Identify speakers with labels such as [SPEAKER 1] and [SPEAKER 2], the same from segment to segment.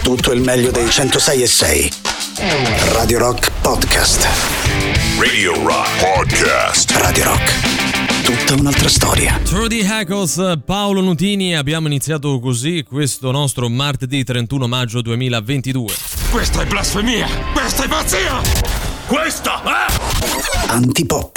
[SPEAKER 1] tutto il meglio dei 106.6. Radio Rock Podcast.
[SPEAKER 2] Radio Rock Podcast.
[SPEAKER 1] Radio Rock. Tutta un'altra storia.
[SPEAKER 3] Trudy Hackles, Paolo Nutini. Abbiamo iniziato così questo nostro martedì 31 maggio 2022.
[SPEAKER 2] Questa è blasfemia! Questa è pazzia! Questa è
[SPEAKER 1] Antipop.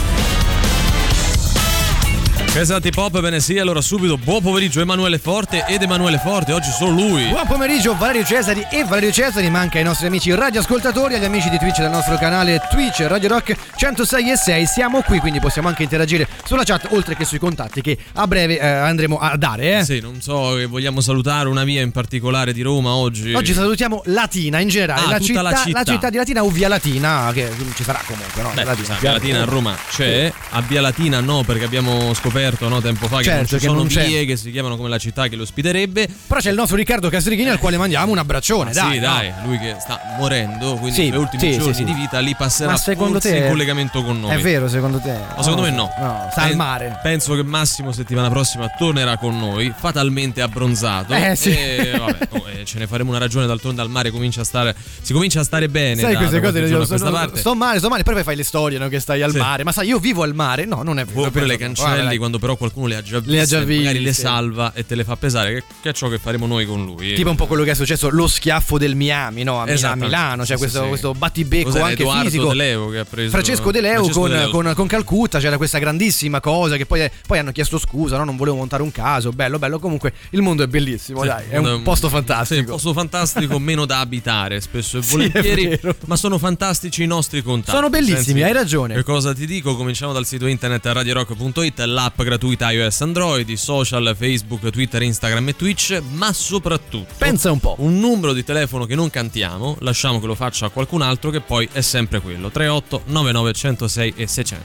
[SPEAKER 3] Esatto, pop, bene sì, allora subito buon pomeriggio Emanuele Forte ed Emanuele Forte, oggi solo lui.
[SPEAKER 4] Buon pomeriggio Valerio Cesari e Valerio Cesari, ma anche ai nostri amici radioascoltatori, agli amici di Twitch del nostro canale Twitch Radio Rock 106.6. Siamo qui, quindi possiamo anche interagire sulla chat oltre che sui contatti che a breve andremo a dare.
[SPEAKER 3] Sì, non so, vogliamo salutare una via in particolare di Roma oggi.
[SPEAKER 4] Oggi salutiamo Latina in generale, la città di Latina o Via Latina, che ci sarà comunque, no?
[SPEAKER 3] Beh, Via Latina a Roma c'è, a Via Latina no, perché abbiamo scoperto tempo fa che non ci sono vie che si chiamano come la città che lo ospiterebbe.
[SPEAKER 4] Però c'è il nostro Riccardo Castrichini al quale mandiamo un abbraccione.
[SPEAKER 3] Sì, dai, lui che sta morendo, quindi i suoi ultimi giorni di vita li passerà forse in collegamento con noi.
[SPEAKER 4] È vero, secondo te?
[SPEAKER 3] Ma secondo me no.
[SPEAKER 4] Sta al mare.
[SPEAKER 3] Penso che Massimo settimana prossima tornerà con noi, fatalmente abbronzato.
[SPEAKER 4] Sì.
[SPEAKER 3] E vabbè, ce ne faremo una ragione, d'altronde al mare si comincia a stare bene.
[SPEAKER 4] Sai queste cose sto male, poi fai le storie, no, che stai al mare. Ma sai, io vivo al mare? No, non è vero.
[SPEAKER 3] Oppure le cancelli quando però qualcuno le ha già viste, magari le salva e te le fa pesare, che è ciò che faremo noi con lui.
[SPEAKER 4] Tipo un po' quello che è successo, lo schiaffo del Miami, no? A Milano, cioè questo battibecco.
[SPEAKER 3] Cos'era,
[SPEAKER 4] anche
[SPEAKER 3] Edoardo
[SPEAKER 4] fisico.
[SPEAKER 3] De Leo che ha preso
[SPEAKER 4] Francesco De Leo con Calcutta, c'era questa grandissima cosa che poi hanno chiesto scusa, no? Non volevo montare un caso, bello, comunque il mondo è bellissimo, dai, è un posto fantastico.
[SPEAKER 3] Sì, un posto fantastico, meno da abitare spesso e volentieri, ma sono fantastici i nostri contatti.
[SPEAKER 4] Sono bellissimi, hai ragione.
[SPEAKER 3] Che cosa ti dico? Cominciamo dal sito internet radiorock.it, l'app gratuita iOS Android, i social Facebook, Twitter, Instagram e Twitch, ma soprattutto
[SPEAKER 4] pensa un po',
[SPEAKER 3] un numero di telefono che non cantiamo, lasciamo che lo faccia a qualcun altro, che poi è sempre quello: 38 99 106 e 600.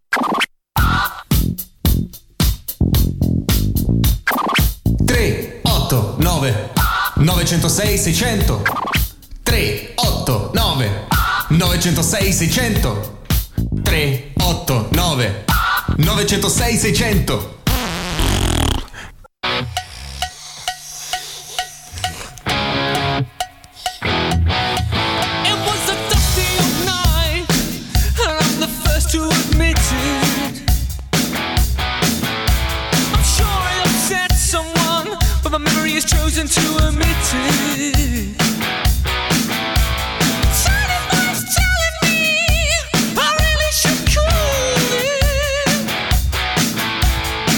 [SPEAKER 5] 3 8 9 906 600 3 8 9 906 600 3 8 9 906 600.
[SPEAKER 6] Chosen to admit it. Something was telling me I really should cool it.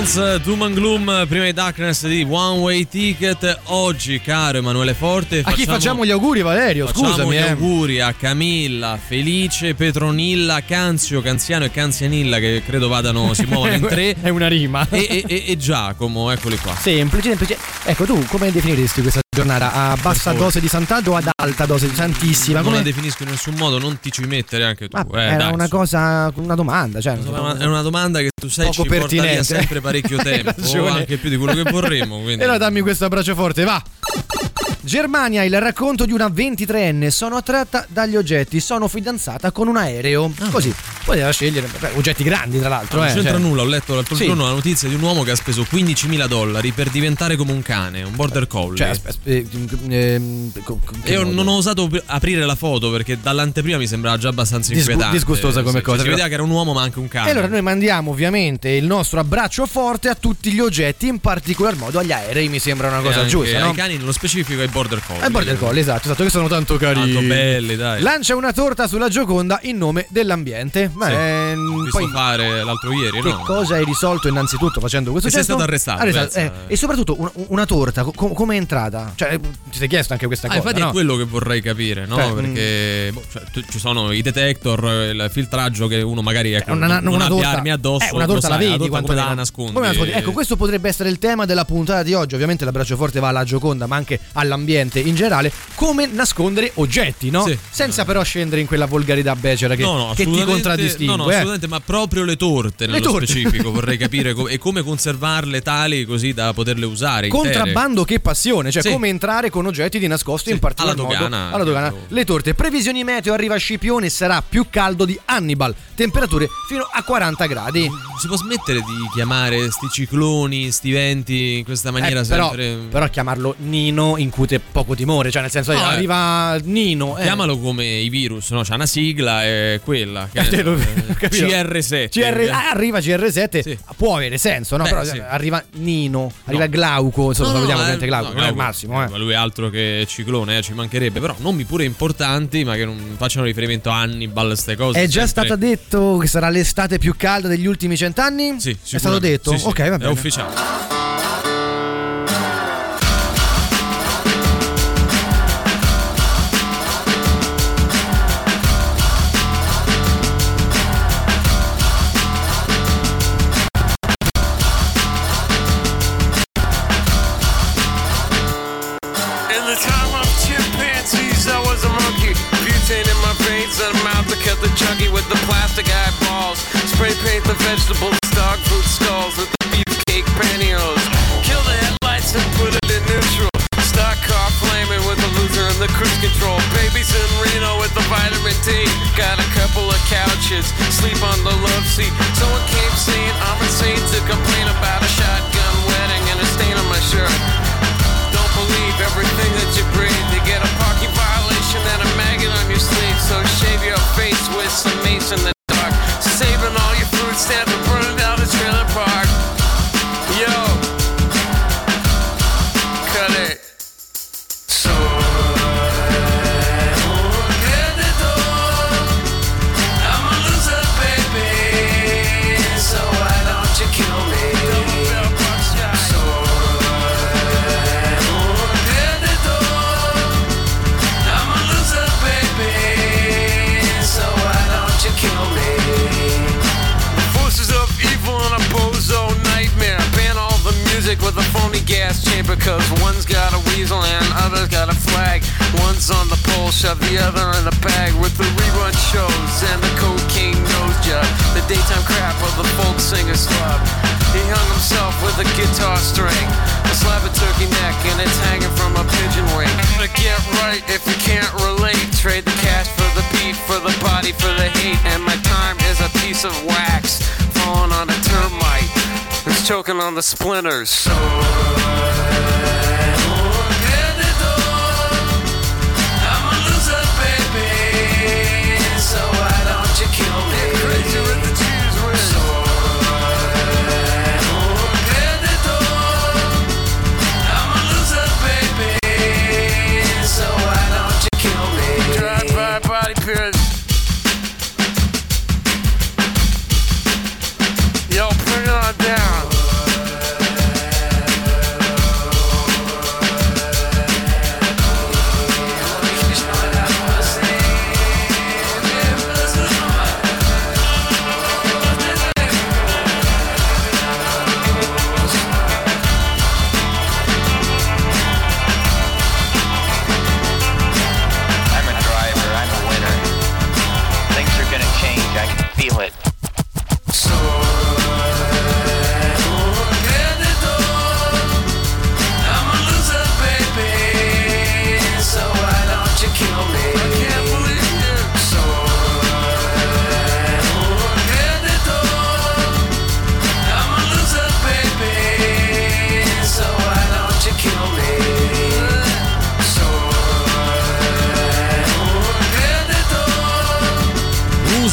[SPEAKER 3] Dance, Doom and Gloom, prima di Darkness di One Way Ticket. Oggi, caro Emanuele Forte,
[SPEAKER 4] a chi facciamo gli auguri, Valerio?
[SPEAKER 3] Facciamo
[SPEAKER 4] Scusami.
[SPEAKER 3] Gli auguri a Camilla, Felice, Petronilla, Canzio, Canziano e Canzianilla, che credo si muovono in tre.
[SPEAKER 4] È una rima.
[SPEAKER 3] E Giacomo, eccoli qua.
[SPEAKER 4] Semplice. Ecco, tu come definiresti questa giornata? A bassa dose di santaggio o ad alta dose di santissima?
[SPEAKER 3] Non
[SPEAKER 4] Come...
[SPEAKER 3] la definisco in nessun modo, non ti ci mettere anche tu.
[SPEAKER 4] Era una cosa, una domanda, cioè,
[SPEAKER 3] è una domanda che tu sai
[SPEAKER 4] poco
[SPEAKER 3] ci porta via
[SPEAKER 4] pertinente.
[SPEAKER 3] sempre parecchio tempo, anche più di quello che vorremmo. Quindi.
[SPEAKER 4] E allora dammi questo abbraccio forte, va! Germania, il racconto di una 23enne. Sono attratta dagli oggetti, sono fidanzata con un aereo. Così, poteva scegliere oggetti grandi, tra l'altro.
[SPEAKER 3] Non c'entra nulla, ho letto l'altro
[SPEAKER 4] Sì.
[SPEAKER 3] giorno la notizia di un uomo che ha speso $15.000 per diventare come un cane, un border collie. Io non ho osato aprire la foto perché dall'anteprima mi sembrava già abbastanza inquietante.
[SPEAKER 4] Disgustosa come cosa.
[SPEAKER 3] Si vedeva che era un uomo ma anche un cane.
[SPEAKER 4] E allora noi mandiamo ovviamente il nostro abbraccio forte a tutti gli oggetti, in particolar modo agli aerei, mi sembra una cosa giusta, no?
[SPEAKER 3] Ai cani nello specifico ai border collie.
[SPEAKER 4] Ai border collie, esatto, che sono tanto carini.
[SPEAKER 3] Tanto belli, dai.
[SPEAKER 4] Lancia una torta sulla Gioconda in nome dell'ambiente.
[SPEAKER 3] Ho visto fare l'altro ieri,
[SPEAKER 4] che
[SPEAKER 3] no?
[SPEAKER 4] cosa hai risolto innanzitutto facendo questo
[SPEAKER 3] Che sei
[SPEAKER 4] gesto?
[SPEAKER 3] stato arrestato,
[SPEAKER 4] e soprattutto una torta, come è entrata? Cioè, ti sei chiesto anche questa cosa,
[SPEAKER 3] infatti
[SPEAKER 4] no?
[SPEAKER 3] è quello che vorrei capire, no? Perché ci sono i detector, il filtraggio che uno magari non abbia
[SPEAKER 4] torta,
[SPEAKER 3] armi addosso.
[SPEAKER 4] una torta la vedi
[SPEAKER 3] come la
[SPEAKER 4] come
[SPEAKER 3] nascondi.
[SPEAKER 4] la nascondi. Ecco, questo potrebbe essere il tema della puntata di oggi. Ovviamente l'abbraccio forte va alla Gioconda, ma anche all'ambiente in generale. Come nascondere oggetti, no?
[SPEAKER 3] Sì.
[SPEAKER 4] Senza però scendere in quella volgarità becera che ti contraddistingue.
[SPEAKER 3] No, assolutamente, ma proprio le torte nello specifico vorrei capire e come conservarle tali così da poterle usare.
[SPEAKER 4] Contrabbando, che passione, cioè come entrare con oggetti di nascosto, in particolar modo alla dogana. Le torte. Previsioni meteo, arriva Scipione, sarà più caldo di Hannibal, temperature fino a 40 gradi.
[SPEAKER 3] Si può smettere di chiamare sti cicloni, sti venti in questa maniera
[SPEAKER 4] però chiamarlo Nino incute poco timore, cioè nel senso arriva Nino,
[SPEAKER 3] chiamalo come i virus, no? C'ha una sigla, è quella CR7.
[SPEAKER 4] Arriva CR7, può avere senso, no? Però arriva Nino, arriva Glauco, insomma, vediamo ovviamente Glauco, non è il massimo,
[SPEAKER 3] Ma lui è altro che ciclone, ci mancherebbe, però nomi pure importanti, ma che non facciano riferimento a Hannibal, ste cose.
[SPEAKER 4] È già stato detto che sarà l'estate più calda degli ultimi 100 anni?
[SPEAKER 3] Sì,
[SPEAKER 4] è stato detto?
[SPEAKER 3] Sì,
[SPEAKER 4] ok, va bene.
[SPEAKER 3] È ufficiale.
[SPEAKER 6] Chuggy with the plastic eyeballs. Spray paint the vegetables, dog food skulls with the beefcake pantyhose. Kill the headlights and put it in neutral. Stock car flaming with the loser and the cruise control. Babies in Reno with the vitamin D. Got a couple of couches, sleep on the love seat. Someone came saying I'm insane to complain about a shotgun wedding and a stain on my shirt. Don't believe everything that you breathe. You get a parking violation and a maggot on your sleeve. So shave your face with some mace in the dark. Saving all your food stamps and burning down the trailer park. Yo, cut it. So I'm a loser, baby. So why don't you kill me? So I'm a loser, baby. So why don't you kill me? Forces of evil and a bozo nightmare. Ban all the music with a phony gas chamber, cause one's got a weasel and other's got a flag. One's on the pole, shove the other in the bag with the rerun shows and the cocaine nose job. The daytime crap of the folk singer's club. He hung himself with a guitar string, a slab of turkey neck, and it's hanging from a pigeon wing. To get right if you can't relate, trade the cash for the beat, for the body, for the hate. And my time is a piece of wax falling on a termite. It's choking on the splinters. So I'm a loser, baby. So why don't you kill me? Get crazy with the cheese whiz. So I'm a loser, baby. So why don't you kill me? Drive-by body pierce. Yo, bring it on down.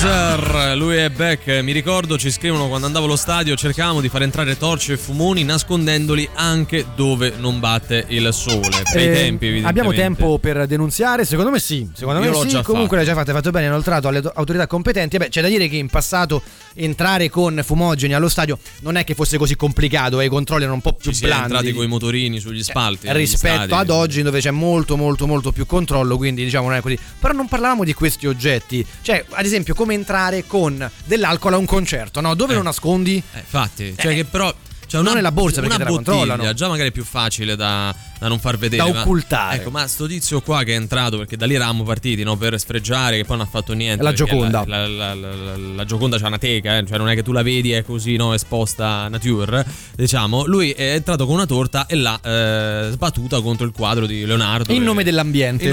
[SPEAKER 3] Loser, lui è Beck. Mi ricordo, ci scrivono, quando andavo allo stadio cercavamo di far entrare torce e fumoni nascondendoli anche dove non batte il sole. Bei tempi, evidentemente.
[SPEAKER 4] Abbiamo tempo per denunziare? Secondo me sì.
[SPEAKER 3] Io l'ho già
[SPEAKER 4] Comunque l'hai già fatto, hai fatto bene, inoltrato alle autorità competenti. C'è da dire che in passato entrare con fumogeni allo stadio non è che fosse così complicato, i controlli erano un po' più blandi.
[SPEAKER 3] Entrati con i motorini sugli spalti
[SPEAKER 4] rispetto ad oggi, dove c'è molto più controllo, quindi diciamo non è così. Però non parlavamo di questi oggetti, cioè ad esempio come entrare con dell'alcol a un concerto, no? Dove lo nascondi?
[SPEAKER 3] Infatti, cioè che però
[SPEAKER 4] non nella borsa, perché te la controllano.
[SPEAKER 3] Già magari è più facile da non far vedere,
[SPEAKER 4] da occultare.
[SPEAKER 3] Ecco, ma sto tizio qua che è entrato, perché da lì eravamo partiti, no, per sfregiare, che poi non ha fatto niente.
[SPEAKER 4] La Gioconda.
[SPEAKER 3] La Gioconda c'ha una teca, cioè non è che tu la vedi è così, no, esposta nature, diciamo. Lui è entrato con una torta e l'ha sbattuta contro il quadro di Leonardo
[SPEAKER 4] in nome dell'ambiente.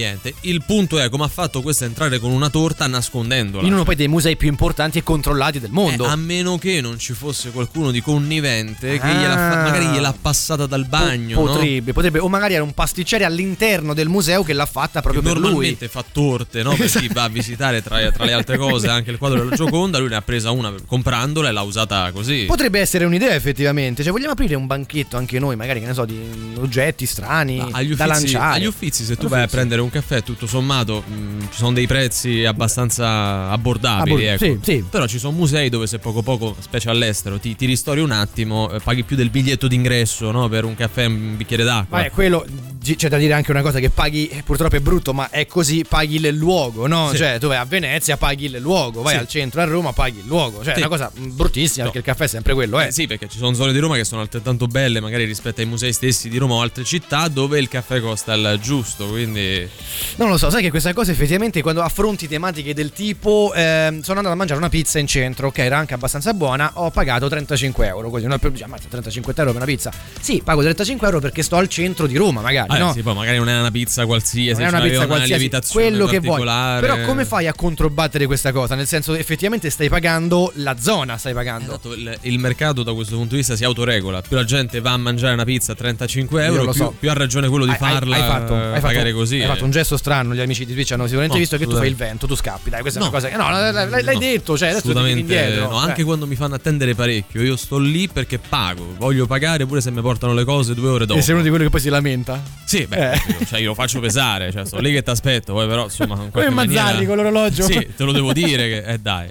[SPEAKER 3] Il punto è come ha fatto questo a entrare con una torta nascondendola
[SPEAKER 4] in uno poi dei musei più importanti e controllati del mondo,
[SPEAKER 3] a meno che non ci fosse qualcuno di connivente che magari gliel'ha passata dal bagno,
[SPEAKER 4] potrebbe, o magari era un pasticcere all'interno del museo che l'ha fatta proprio per lui.
[SPEAKER 3] Normalmente fa torte, no? Per chi va a visitare tra le altre cose anche il quadro della Gioconda. Lui ne ha presa una comprandola e l'ha usata così.
[SPEAKER 4] Potrebbe essere un'idea, effettivamente. Cioè, vogliamo aprire un banchetto anche noi, magari, che ne so, di oggetti strani da lanciare.
[SPEAKER 3] Agli Uffizi, se tu vai a prendere un caffè, tutto sommato ci sono dei prezzi abbastanza abbordabili, ecco.
[SPEAKER 4] Sì.
[SPEAKER 3] Però ci sono musei dove se poco, specie all'estero, ti ristori un attimo, paghi più del biglietto d'ingresso, no? Per un caffè e un bicchiere d'acqua.
[SPEAKER 4] Quello c'è da dire anche una cosa, che paghi, purtroppo è brutto, ma è così, paghi il luogo, no?
[SPEAKER 3] Sì.
[SPEAKER 4] Cioè tu vai a Venezia, paghi il luogo, vai al centro a Roma, paghi il luogo. Cioè è una cosa bruttissima, perché il caffè è sempre quello,
[SPEAKER 3] Sì, perché ci sono zone di Roma che sono altrettanto belle magari rispetto ai musei stessi di Roma o altre città dove il caffè costa il giusto, quindi
[SPEAKER 4] non lo so, sai che questa cosa effettivamente quando affronti tematiche del tipo sono andato a mangiare una pizza in centro, che era anche abbastanza buona, ho pagato 35 euro, così uno dice, ma 35 euro per una pizza? Sì, pago 35 euro perché sto al centro di Roma, magari, no?
[SPEAKER 3] Sì, poi magari non è una pizza qualsiasi,
[SPEAKER 4] non è una pizza qualsiasi, quello che vuoi. Però come fai a controbattere questa cosa? Nel senso, effettivamente stai pagando la zona, stai pagando.
[SPEAKER 3] Esatto, il mercato da questo punto di vista si autoregola. Più la gente va a mangiare una pizza a 35 euro, più ha ragione quello di farla hai pagare così.
[SPEAKER 4] Hai fatto un gesto strano, gli amici di Twitch hanno sicuramente visto che tu fai il vento, tu scappi, dai, questa è una cosa che l'hai detto, cioè adesso
[SPEAKER 3] assolutamente
[SPEAKER 4] indietro.
[SPEAKER 3] No, anche quando mi fanno attendere parecchio, io sto lì perché pago, voglio pagare pure se mi portano le cose 2 ore dopo.
[SPEAKER 4] E sei uno di quelli che poi si lamenta?
[SPEAKER 3] Sì, cioè io lo faccio pesare, cioè sto lì che ti aspetto, poi però insomma
[SPEAKER 4] come Mazzarri con l'orologio.
[SPEAKER 3] Sì, te lo devo dire che dai.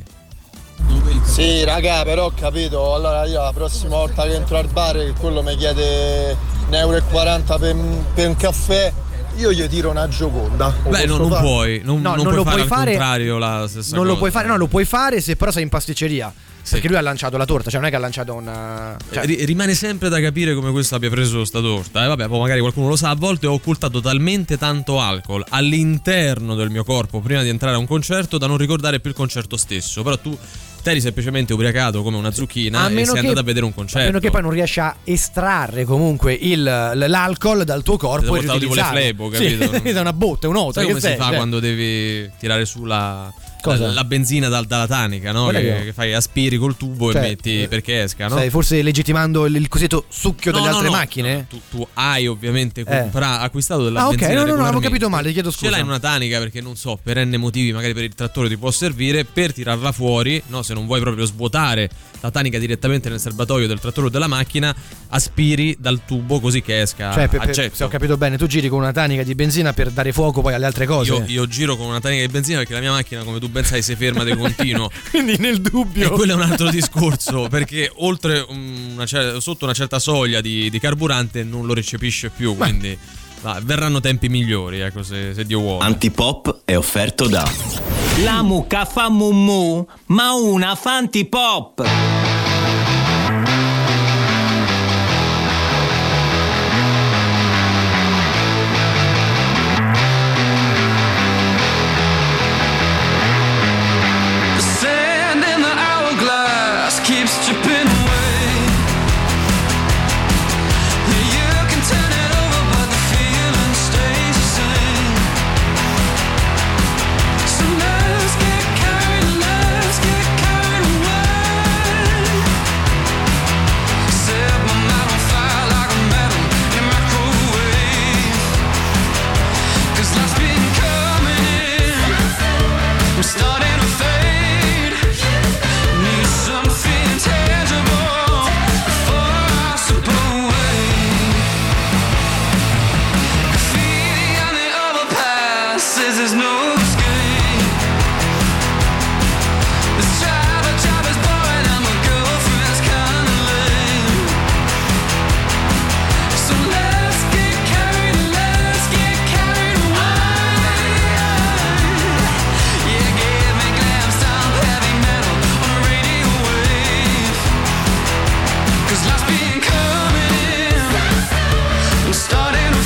[SPEAKER 7] Sì, raga, però ho capito. Allora io la prossima volta che entro al bar, quello mi chiede 1,40 euro per un caffè, io gli tiro una Gioconda.
[SPEAKER 3] Non puoi, non
[SPEAKER 4] lo
[SPEAKER 3] puoi
[SPEAKER 4] puoi fare
[SPEAKER 3] al contrario la stessa
[SPEAKER 4] non
[SPEAKER 3] cosa.
[SPEAKER 4] Lo puoi fare, no, lo puoi fare se però sei in pasticceria. Sì. Perché lui ha lanciato la torta, cioè non è che ha lanciato una. Cioè
[SPEAKER 3] rimane sempre da capire come questo abbia preso sta torta. Vabbè, poi magari qualcuno lo sa. A volte ho occultato talmente tanto alcol all'interno del mio corpo prima di entrare a un concerto da non ricordare più il concerto stesso. Però tu eri semplicemente ubriacato come una zucchina e sei andato a vedere un concerto.
[SPEAKER 4] A meno che poi non riesci a estrarre comunque l'alcol dal tuo corpo e
[SPEAKER 3] tipo le flebo, capito?
[SPEAKER 4] Sì, da una botte, un'ota.
[SPEAKER 3] Sai come si fa quando devi tirare su la benzina dalla tanica, no? Che fai, aspiri col tubo e metti perché esca, no?
[SPEAKER 4] Stai forse legittimando il cosiddetto succhio delle altre macchine?
[SPEAKER 3] No, tu hai ovviamente acquistato della benzina.
[SPEAKER 4] No, avevo capito male, ti chiedo scusa.
[SPEAKER 3] Ce l'hai in una tanica perché non so, per n motivi, magari per il trattore ti può servire, per tirarla fuori, no? Se non vuoi proprio svuotare la tanica direttamente nel serbatoio del trattore o della macchina, aspiri dal tubo così che esca.
[SPEAKER 4] Cioè, se ho capito bene, tu giri con una tanica di benzina per dare fuoco poi alle altre cose.
[SPEAKER 3] Io giro con una tanica di benzina perché la mia macchina, come tu ben sai, si ferma di continuo.
[SPEAKER 4] Quindi nel dubbio.
[SPEAKER 3] E quello è un altro discorso, perché oltre sotto una certa soglia di carburante non lo recepisce più, quindi verranno tempi migliori, ecco, se Dio vuole.
[SPEAKER 8] Antipop è offerto da
[SPEAKER 9] La mucca fa mumu, ma una fa antipop.
[SPEAKER 6] Keeps chipping away. You can turn it over, but the feeling stays the same. So let's get carried away.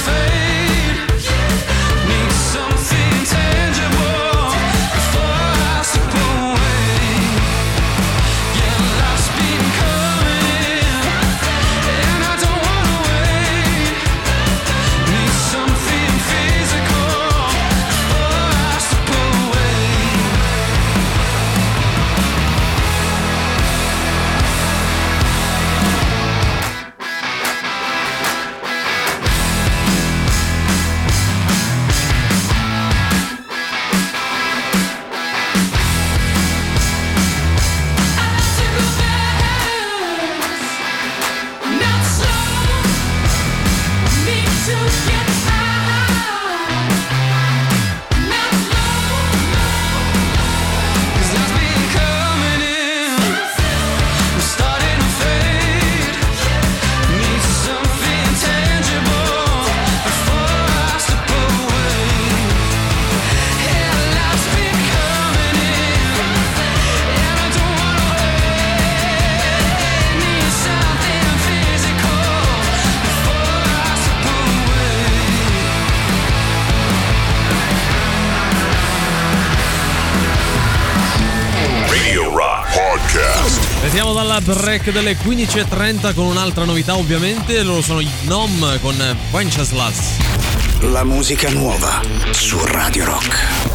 [SPEAKER 3] Siamo dalla break delle 15.30 con un'altra novità, ovviamente. Loro sono i Gnom con Wenceslas.
[SPEAKER 1] La musica nuova su Radio Rock.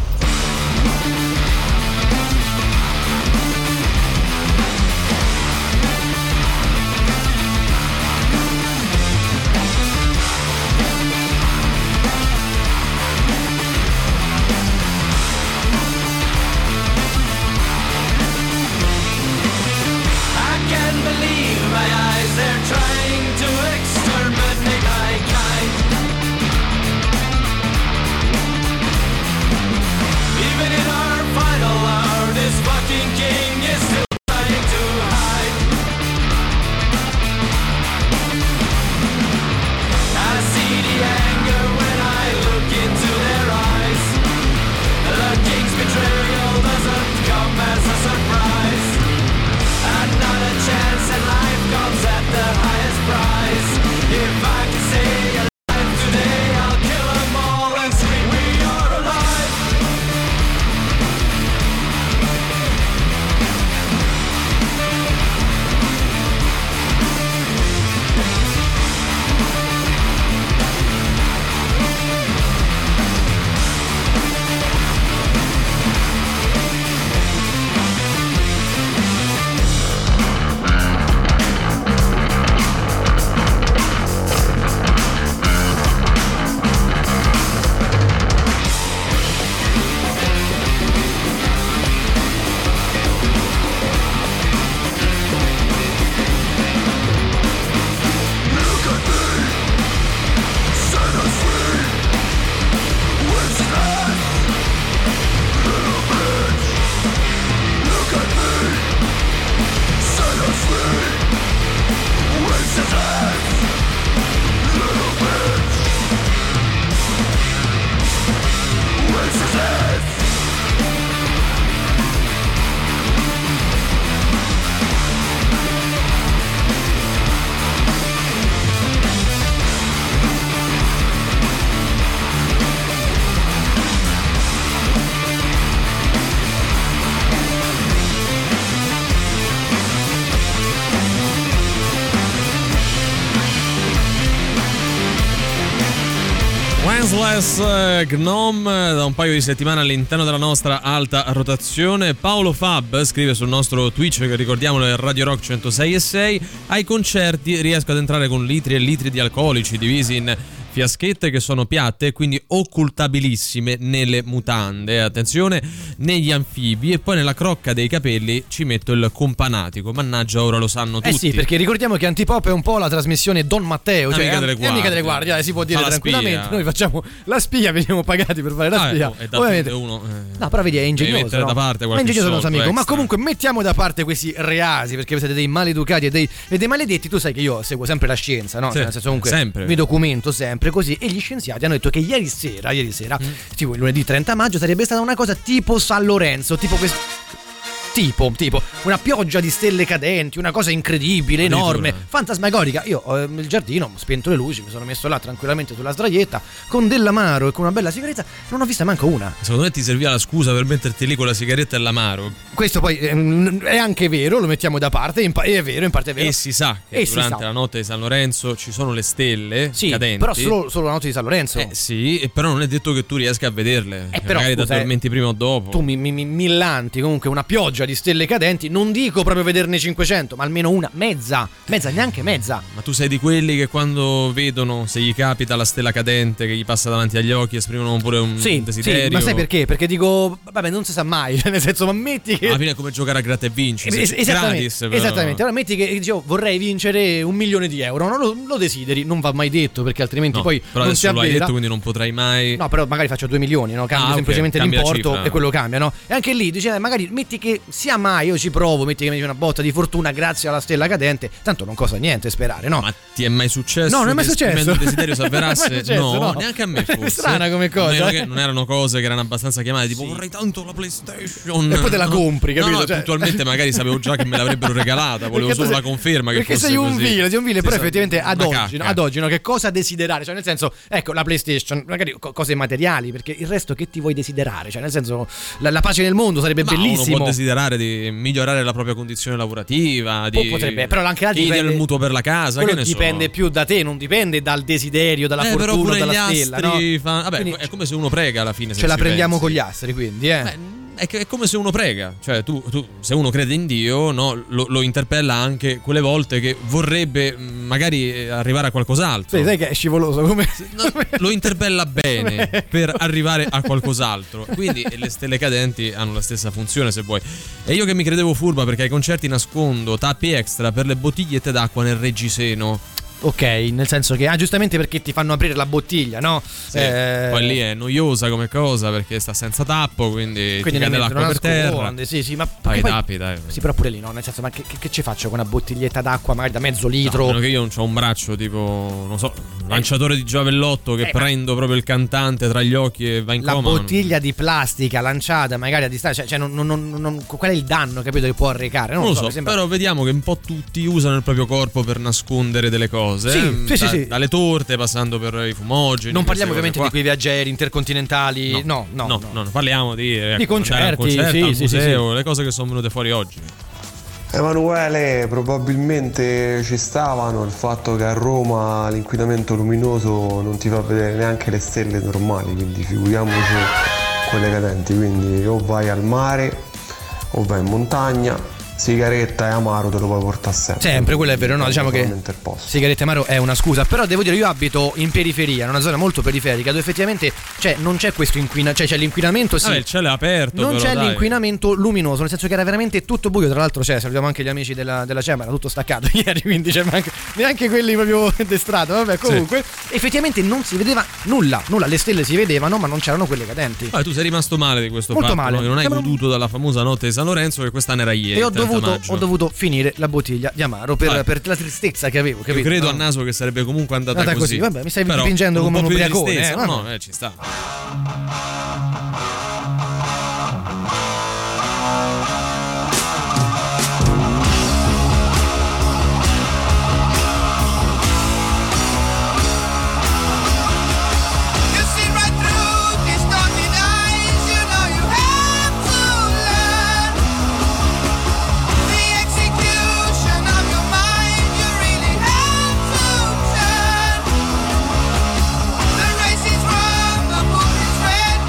[SPEAKER 3] Gnome da un paio di settimane all'interno della nostra alta rotazione. Paolo Fab scrive sul nostro Twitch, che ricordiamolo è Radio Rock 106.6: ai concerti riesco ad entrare con litri e litri di alcolici divisi in fiaschette che sono piatte e quindi occultabilissime nelle mutande, attenzione, negli anfibi, e poi nella crocca dei capelli ci metto il companatico. Mannaggia, ora lo sanno tutti.
[SPEAKER 4] Sì, perché ricordiamo che Antipop è un po' la trasmissione Don Matteo, cioè Amica delle Guardie, si può dire tranquillamente.
[SPEAKER 3] Spia.
[SPEAKER 4] Noi facciamo la spia, veniamo pagati per fare la spia.
[SPEAKER 3] Ovviamente uno
[SPEAKER 4] no, però vedi, è ingegnoso,
[SPEAKER 3] da parte
[SPEAKER 4] è ingegnoso il nostro amico.
[SPEAKER 3] Extra.
[SPEAKER 4] Ma comunque mettiamo da parte questi reasi, perché siete dei maleducati e dei maledetti. Tu sai che io seguo sempre la scienza, no?
[SPEAKER 3] Sì,
[SPEAKER 4] nel senso, comunque
[SPEAKER 3] sempre.
[SPEAKER 4] mi documento sempre così, e gli scienziati hanno detto che ieri sera tipo il lunedì 30 maggio sarebbe stata una cosa tipo San Lorenzo, tipo tipo una pioggia di stelle cadenti, una cosa incredibile, enorme, fantasmagorica. Io il giardino, ho spento le luci, mi sono messo là tranquillamente sulla sdraietta con dell'amaro e con una bella sigaretta, non ho vista manco una.
[SPEAKER 3] Secondo me ti serviva la scusa per metterti lì con la sigaretta e l'amaro.
[SPEAKER 4] Questo poi è anche vero, lo mettiamo da parte, è vero, in parte è vero.
[SPEAKER 3] E si sa che durante la notte di San Lorenzo ci sono le stelle cadenti.
[SPEAKER 4] Però solo la notte di San Lorenzo.
[SPEAKER 3] Sì, però non è detto che tu riesca a vederle.
[SPEAKER 4] Però,
[SPEAKER 3] magari ti addormenti prima o dopo.
[SPEAKER 4] Tu mi lanti comunque una pioggia di stelle cadenti, non dico proprio vederne 500, ma almeno una, mezza, neanche mezza.
[SPEAKER 3] Ma tu sei di quelli che quando vedono, se gli capita la stella cadente che gli passa davanti agli occhi, esprimono pure un desiderio?
[SPEAKER 4] Sì, ma sai perché? Perché dico, vabbè, non si sa mai, nel senso, ma metti che...
[SPEAKER 3] Alla fine è come giocare a gratta e vinci, gratis. Però.
[SPEAKER 4] Esattamente, allora metti che dicevo, vorrei vincere €1.000.000, no? Lo desideri, non va mai detto, perché altrimenti poi
[SPEAKER 3] però
[SPEAKER 4] non si
[SPEAKER 3] adesso lo hai
[SPEAKER 4] avvera.
[SPEAKER 3] detto, quindi non potrai mai...
[SPEAKER 4] No, però magari faccio 2 milioni, no? Cambio semplicemente l'importo
[SPEAKER 3] cifra.
[SPEAKER 4] E quello cambia, no? E anche lì, dice, magari metti che sia mai, io ci provo, metti che mi dice una botta di fortuna grazie alla stella cadente, tanto non costa niente sperare, no?
[SPEAKER 3] Ma ti è mai successo?
[SPEAKER 4] No, non è mai successo.
[SPEAKER 3] Il desiderio si avverasse?
[SPEAKER 4] No,
[SPEAKER 3] neanche a me forse.
[SPEAKER 4] Strana come cosa.
[SPEAKER 3] Non erano cose che erano abbastanza chiamate, tipo vorrei tanto la PlayStation.
[SPEAKER 4] E poi te la compri, capito?
[SPEAKER 3] No, puntualmente magari sapevo già che me l'avrebbero regalata, volevo solo la conferma che
[SPEAKER 4] perché
[SPEAKER 3] fosse
[SPEAKER 4] sei un
[SPEAKER 3] così.
[SPEAKER 4] vile, però effettivamente ad oggi, no? Che cosa desiderare? Cioè nel senso, ecco, la PlayStation, magari cose materiali, perché il resto che ti vuoi desiderare? Cioè nel senso, la pace nel mondo sarebbe bellissimo.
[SPEAKER 3] Uno può desiderare di migliorare la propria condizione lavorativa,
[SPEAKER 4] potrebbe, però anche là
[SPEAKER 3] chiedere il mutuo per la casa,
[SPEAKER 4] quello
[SPEAKER 3] che ne
[SPEAKER 4] dipende più da te, non dipende dal desiderio, dalla fortuna, dalla stella, no?
[SPEAKER 3] Vabbè, quindi, è come se uno prega alla fine.
[SPEAKER 4] Ce la prendiamo con gli astri, quindi,
[SPEAKER 3] È come se uno prega, cioè tu se uno crede in Dio, no, lo interpella anche quelle volte che vorrebbe magari arrivare a qualcos'altro.
[SPEAKER 4] Sì, sai che è scivoloso come...
[SPEAKER 3] lo interpella bene per arrivare a qualcos'altro. Quindi le stelle cadenti hanno la stessa funzione, se vuoi. E io che mi credevo furba perché ai concerti nascondo tappi extra per le bottigliette d'acqua nel reggiseno.
[SPEAKER 4] Ok, nel senso che giustamente perché ti fanno aprire la bottiglia, no?
[SPEAKER 3] Sì, poi lì è noiosa come cosa perché sta senza tappo, quindi ti cade l'acqua per terra.
[SPEAKER 4] Sì, ma
[SPEAKER 3] poi tappi, dai.
[SPEAKER 4] Sì, però pure lì, no? Nel senso, ma che ci faccio con una bottiglietta d'acqua magari da mezzo litro?
[SPEAKER 3] No, meno che io non c'ho un braccio tipo, non so, lanciatore di giavellotto che prendo proprio il cantante tra gli occhi e va in coma.
[SPEAKER 4] La bottiglia di plastica lanciata magari a distanza, cioè qual è il danno, capito, che può arrecare? Non lo so,
[SPEAKER 3] però vediamo che un po' tutti usano il proprio corpo per nascondere delle cose. Sì. Dalle torte passando per i fumogeni.
[SPEAKER 4] Non parliamo ovviamente di quei viaggieri intercontinentali. No,
[SPEAKER 3] parliamo di
[SPEAKER 4] concerti,
[SPEAKER 3] al museo, le cose che sono venute fuori oggi.
[SPEAKER 10] Emanuele, probabilmente ci stavano il fatto che a Roma l'inquinamento luminoso non ti fa vedere neanche le stelle normali, quindi figuriamoci quelle cadenti. Quindi o vai al mare o vai in montagna. Sigaretta e amaro te lo puoi portare sempre.
[SPEAKER 4] Quello è vero, no? Diciamo che sigaretta e amaro è una scusa. Però devo dire, io abito in periferia, in una zona molto periferica, dove effettivamente non c'è questo inquinamento, cioè c'è l'inquinamento, sì.
[SPEAKER 3] Il cielo è aperto.
[SPEAKER 4] Non c'è l'inquinamento luminoso, nel senso che era veramente tutto buio. Tra l'altro, salutiamo anche gli amici della CEMA, era tutto staccato ieri, quindi neanche quelli proprio d'estrato. Vabbè, comunque, effettivamente non si vedeva nulla. Le stelle si vedevano, ma non c'erano quelle cadenti.
[SPEAKER 3] Tu sei rimasto male di questo
[SPEAKER 4] molto
[SPEAKER 3] fatto,
[SPEAKER 4] male.
[SPEAKER 3] No? Che non hai goduto dalla famosa notte di San Lorenzo, che quest'anno era ieri.
[SPEAKER 4] E ho dovuto finire la bottiglia di amaro per la tristezza che avevo, capito?
[SPEAKER 3] Io credo a naso che sarebbe comunque andata così.
[SPEAKER 4] Vabbè, mi stai dipingendo come un ubriacone.
[SPEAKER 3] No, ci sta.
[SPEAKER 11] The race is wrong, the book is read.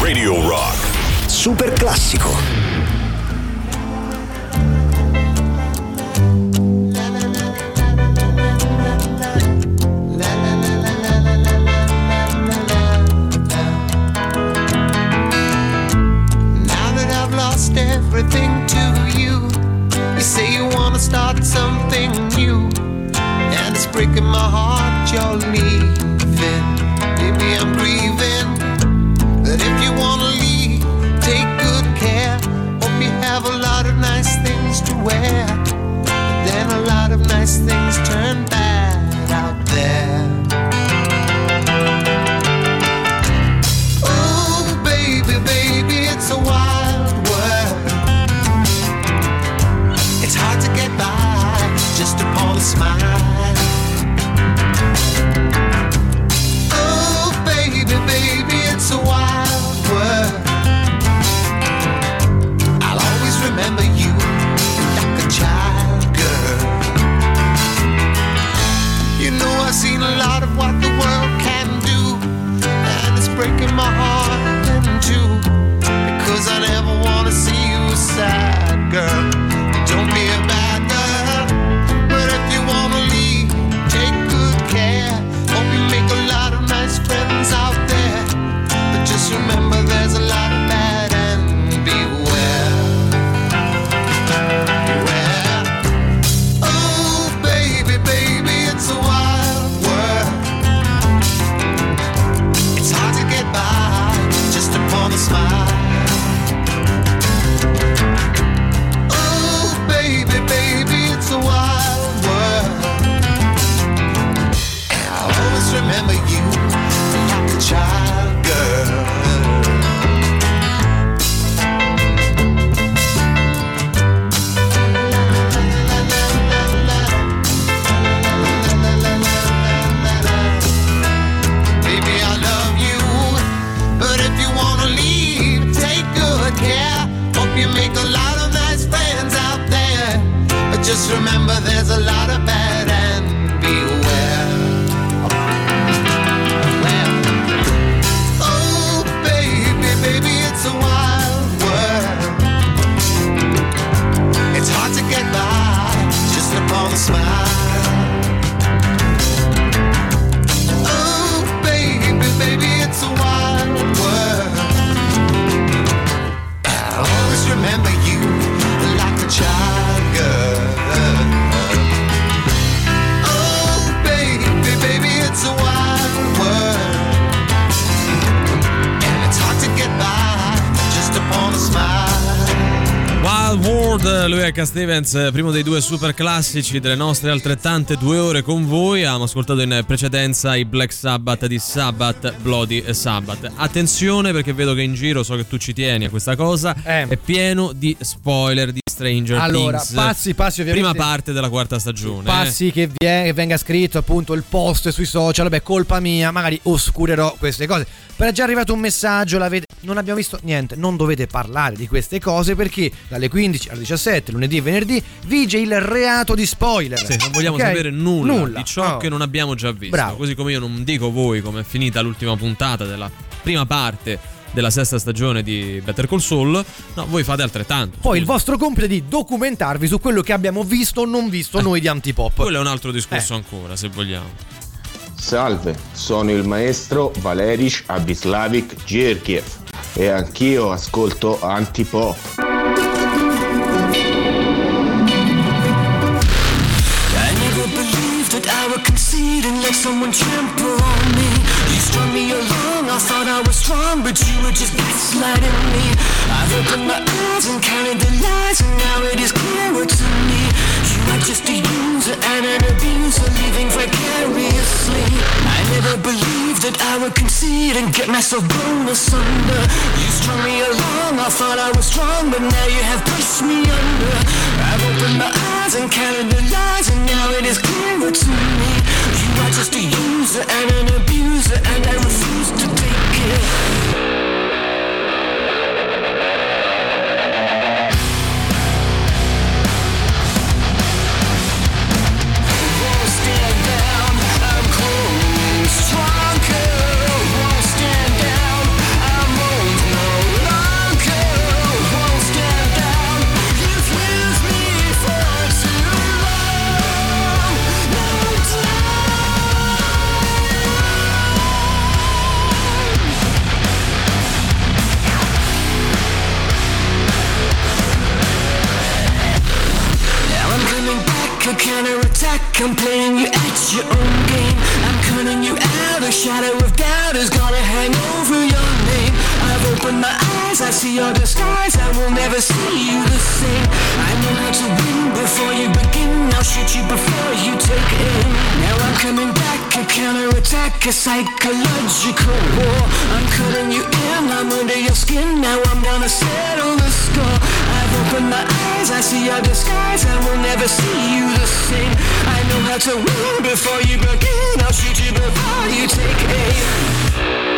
[SPEAKER 2] Radio Rock.
[SPEAKER 1] Super classico.
[SPEAKER 11] Everything to you. You say you wanna start something new, and it's breaking my heart you're leaving. Maybe I'm grieving, but if you wanna leave, take good care. Hope you have a lot of nice things to wear, but then a lot of nice things turn bad out there. Oh baby, baby, it's a wild world. It's hard to get by just upon a smile. Oh baby, baby, it's a wild world. I'll always remember you like a child, girl. You know I've seen a lot of what the world can do, and it's breaking my heart in two, because I never wanna see you sad, girl. Don't be a bad girl, but if you wanna leave, take good care. Hope you make a lot of nice friends out there, but just remember there's a lot of bad and beware. Beware. Oh baby, baby, it's a wild world. It's hard to get by just upon a smile. Baby, baby, it's a wild world. And I'll always remember you like a child, girl. Baby, I love you, but if you wanna leave, take good care. Hope you make a lot of nice friends out there, but just remember there's a lot of bad and beware. Oh baby, baby, it's a wild world. It's hard to get by just upon a smile. Oh baby, baby, it's a wild world. I'll always remember you like a child, girl. Oh baby, baby, it's a wild world, and it's hard to get by just upon a smile.
[SPEAKER 3] Wild World, lui è Cat Stevens, primo dei due super classici delle nostre altrettante 2 ore con voi. Abbiamo ascoltato in precedenza i Black Sabbath di Sabbath, Bloody Sabbath. Attenzione, perché vedo che in giro, so che tu ci tieni a questa cosa, è pieno di spoiler di Stranger Things.
[SPEAKER 4] Passi ovviamente.
[SPEAKER 3] Prima parte della 4ª stagione.
[SPEAKER 4] Passi che venga scritto appunto il post sui social, beh, colpa mia, magari oscurerò queste cose. Però è già arrivato un messaggio, non abbiamo visto niente, non dovete parlare di queste cose perché dalle 15 alle 17, lunedì e venerdì, vige il reato di spoiler.
[SPEAKER 3] Sì, non vogliamo sapere nulla di ciò
[SPEAKER 4] no.
[SPEAKER 3] che non abbiamo già visto.
[SPEAKER 4] Bravo.
[SPEAKER 3] Così come io non dico voi come è finita l'ultima puntata della prima parte della 6ª stagione di Better Call Saul, no, voi fate altrettanto.
[SPEAKER 4] Poi il vostro compito è di documentarvi su quello che abbiamo visto o non visto noi di Antipop.
[SPEAKER 3] Quello è un altro discorso ancora, se vogliamo.
[SPEAKER 12] Salve, sono il maestro Valerish Abislavik Gergiev e anch'io ascolto Antipop.
[SPEAKER 6] I would concede and let someone trample on me. You strung me along, I thought I was strong, but you were just gaslighting me. I've opened my eyes and counted the lies, and now it is clearer to me. You are just a user and an abuser, living vicariously. I never believed that I would concede and get myself blown asunder. You strung me along, I thought I was strong, but now you have pushed me under. I've opened my eyes and counted the lies, and now it is clearer to me. You are just a user and an abuser, and I refuse to take it. Stronger, won't stand down. I'm old I'm playing you at your own game. I'm cutting you out, a shadow of doubt is gonna hang over your name. I've opened my eyes, I see your disguise, I will never see you the same. I know how to win before you begin, I'll shoot you before you take aim. Now I'm coming back, a counterattack, a psychological war. I'm cutting you in, I'm under your skin, now I'm gonna settle the score. I've opened my eyes, I see your disguise, I will never see you the same. I know how to win before you begin, I'll shoot you before you take aim.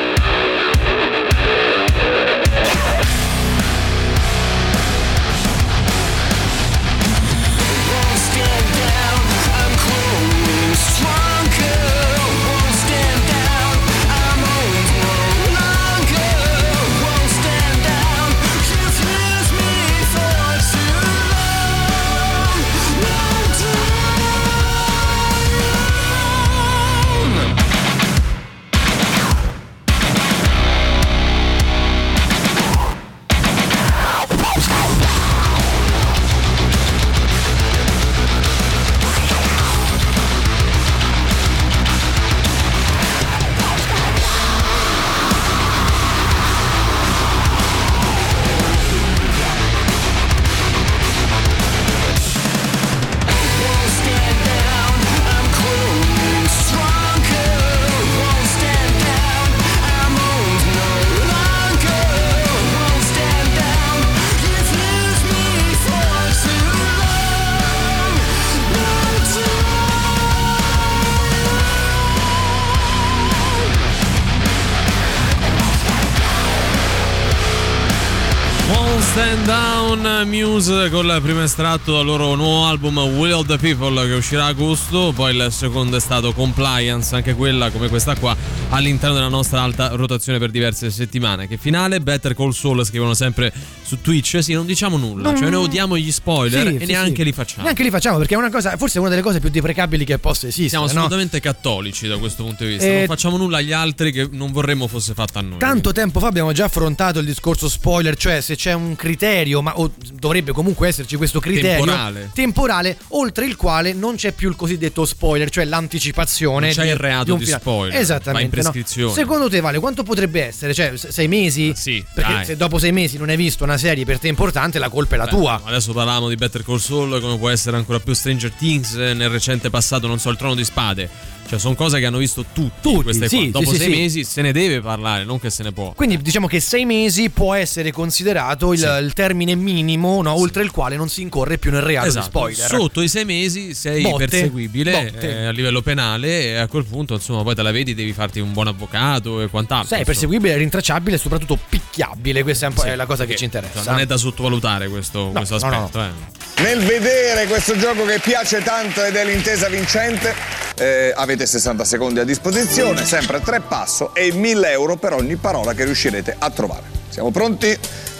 [SPEAKER 3] Stand Down, Muse con il primo estratto dal loro nuovo album Will of the People che uscirà a agosto, poi il secondo è stato Compliance, anche quella come questa qua all'interno della nostra alta rotazione per diverse settimane. Che finale? Better Call Saul, scrivono sempre su Twitch. Sì, non diciamo nulla, cioè noi odiamo gli spoiler e neanche li facciamo.
[SPEAKER 4] Neanche li facciamo perché è una cosa, forse è una delle cose più deprecabili che possa esistere.
[SPEAKER 3] Siamo assolutamente cattolici da questo punto di vista, non facciamo nulla agli altri che non vorremmo fosse fatto a noi.
[SPEAKER 4] Tanto tempo fa abbiamo già affrontato il discorso spoiler, cioè se c'è un criterio, ma dovrebbe comunque esserci questo criterio temporale oltre il quale non c'è più il cosiddetto spoiler, cioè l'anticipazione.
[SPEAKER 3] Non c'è il reato di spoiler.
[SPEAKER 4] Esattamente.
[SPEAKER 3] Va in prescrizione.
[SPEAKER 4] No? Secondo te, Vale, quanto potrebbe essere? Cioè 6 mesi?
[SPEAKER 3] Sì.
[SPEAKER 4] Perché
[SPEAKER 3] dai.
[SPEAKER 4] se dopo 6 mesi non hai visto una serie per te importante, la colpa è la tua.
[SPEAKER 3] Adesso parlavamo di Better Call Saul, come può essere ancora più Stranger Things nel recente passato, non so, il Trono di Spade. Cioè sono cose che hanno visto tutti queste qua. Dopo 6 mesi se ne deve parlare, non che se ne può.
[SPEAKER 4] Quindi diciamo che 6 mesi può essere considerato il termine minimo, no, oltre il quale non si incorre più nel reato di spoiler.
[SPEAKER 3] Sotto i 6 mesi sei perseguibile a livello penale e a quel punto insomma poi te la vedi, devi farti un buon avvocato e quant'altro.
[SPEAKER 4] Sei perseguibile, rintracciabile e soprattutto picchiabile. Questa è un po' la cosa che ci interessa.
[SPEAKER 3] Non è da sottovalutare questo aspetto.
[SPEAKER 4] No.
[SPEAKER 13] Nel vedere questo gioco che piace tanto ed è l'intesa vincente, avete 60 secondi a disposizione, sempre 3 passo e 1.000 euro per ogni parola che riuscirete a trovare. Siamo pronti?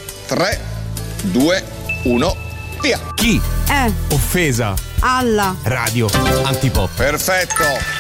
[SPEAKER 13] 3, 2, 1, via!
[SPEAKER 5] Chi? Offesa.
[SPEAKER 14] Alla.
[SPEAKER 5] Radio. Antipop.
[SPEAKER 13] Perfetto!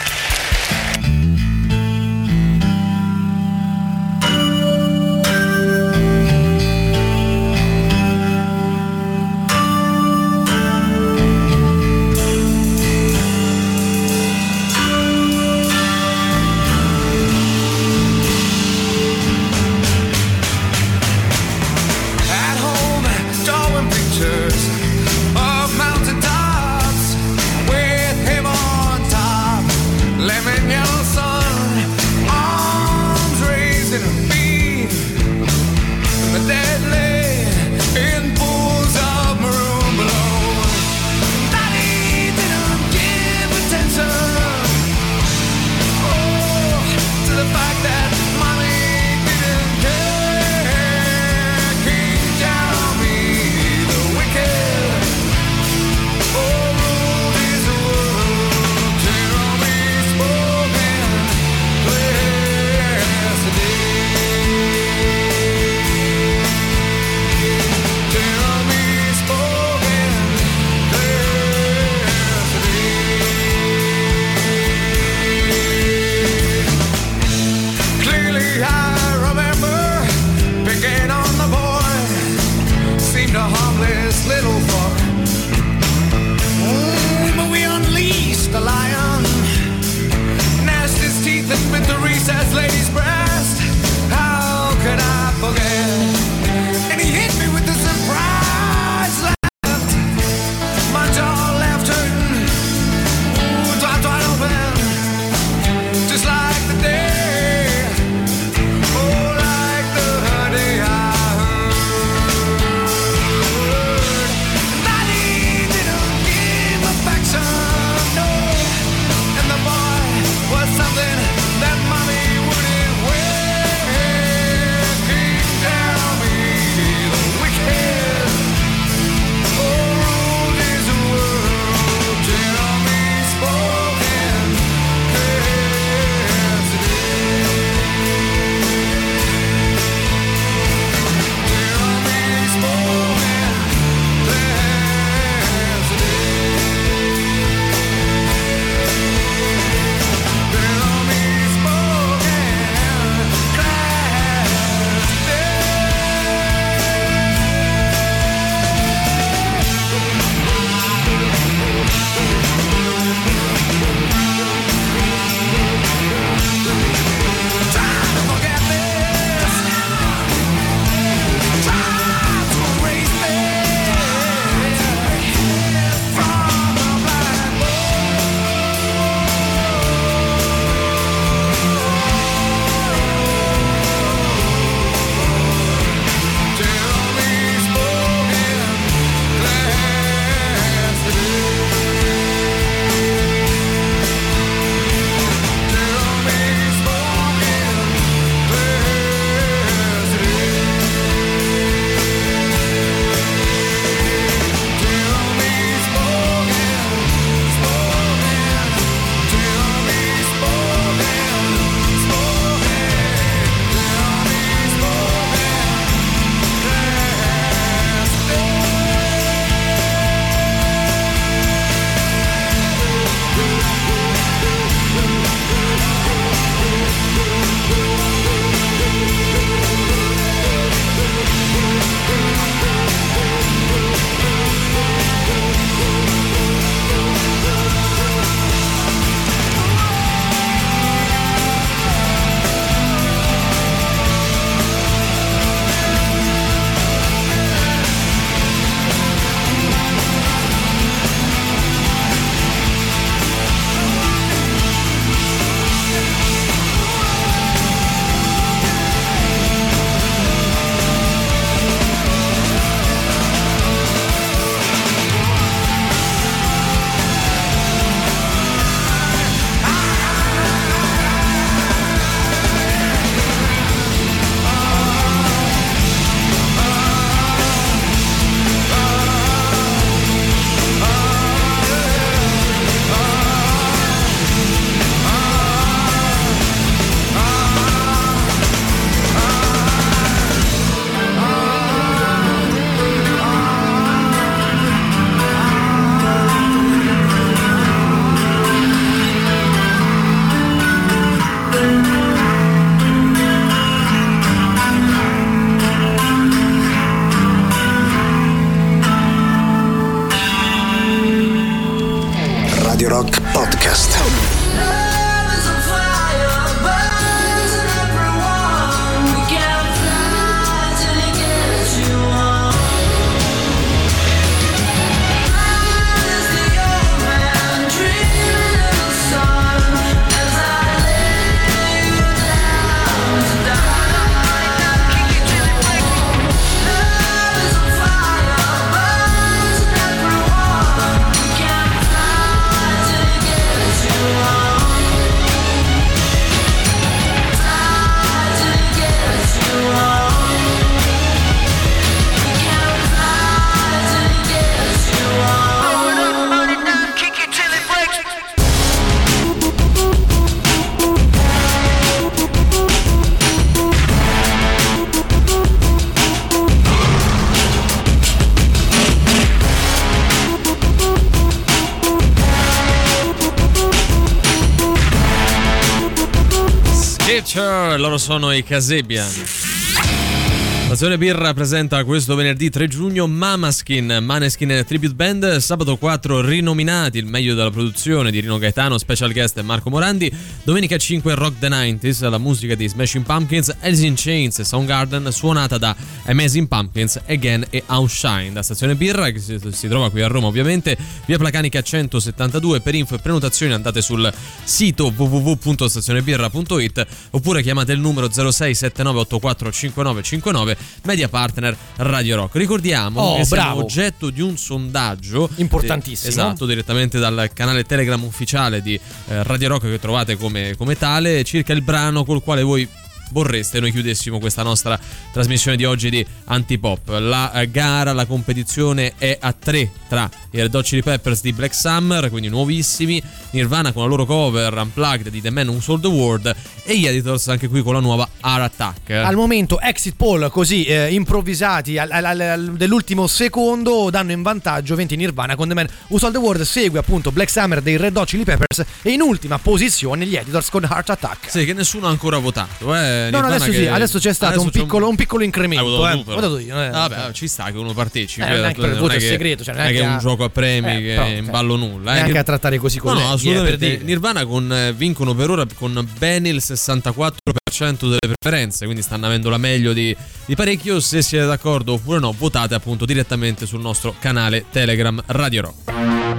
[SPEAKER 3] loro sono i Kasabian. Stazione Birra presenta questo venerdì 3 giugno Maneskin Tribute Band. Sabato 4 rinominati, il meglio della produzione di Rino Gaetano, special guest Marco Morandi. Domenica 5 Rock the 90s, la musica di Smashing Pumpkins, Alice in Chains e Soundgarden, suonata da Amazing Pumpkins, Again e Outshine. Da Stazione Birra, che si trova qui a Roma ovviamente, via Placanica 172. Per info e prenotazioni andate sul sito www.stazionebirra.it oppure chiamate il numero 0679845959. Media partner Radio Rock. Ricordiamo che siamo oggetto di un sondaggio
[SPEAKER 4] importantissimo,
[SPEAKER 3] esatto, direttamente dal canale Telegram ufficiale di Radio Rock, che trovate come tale, circa il brano col quale voi vorreste noi chiudessimo questa nostra trasmissione di oggi di Antipop. La gara, la competizione è a 3 tra i Red Hot Chili Peppers di Black Summer, quindi nuovissimi, Nirvana con la loro cover Unplugged di The Man Who Sold the World e gli Editors anche qui con la nuova Heart Attack.
[SPEAKER 4] Al momento exit poll così improvvisati dell'ultimo secondo danno in vantaggio 20 Nirvana con The Man Who Sold the World, segue appunto Black Summer dei Red Hot Chili Peppers e in ultima posizione gli Editors con Heart Attack.
[SPEAKER 3] Sì, che nessuno ha ancora votato,
[SPEAKER 4] No, adesso c'è stato un piccolo incremento. Ho votato io.
[SPEAKER 3] Vabbè, ci sta che uno partecipi.
[SPEAKER 4] Neanche per il voto è segreto,
[SPEAKER 3] non è che è un gioco a premi che è in ballo nulla.
[SPEAKER 4] Neanche a trattare così con
[SPEAKER 3] no, assolutamente. Nirvana vincono per ora con bene il 64% delle preferenze, quindi stanno avendo la meglio di parecchio. Se siete d'accordo oppure no, votate appunto direttamente sul nostro canale Telegram Radio Rock.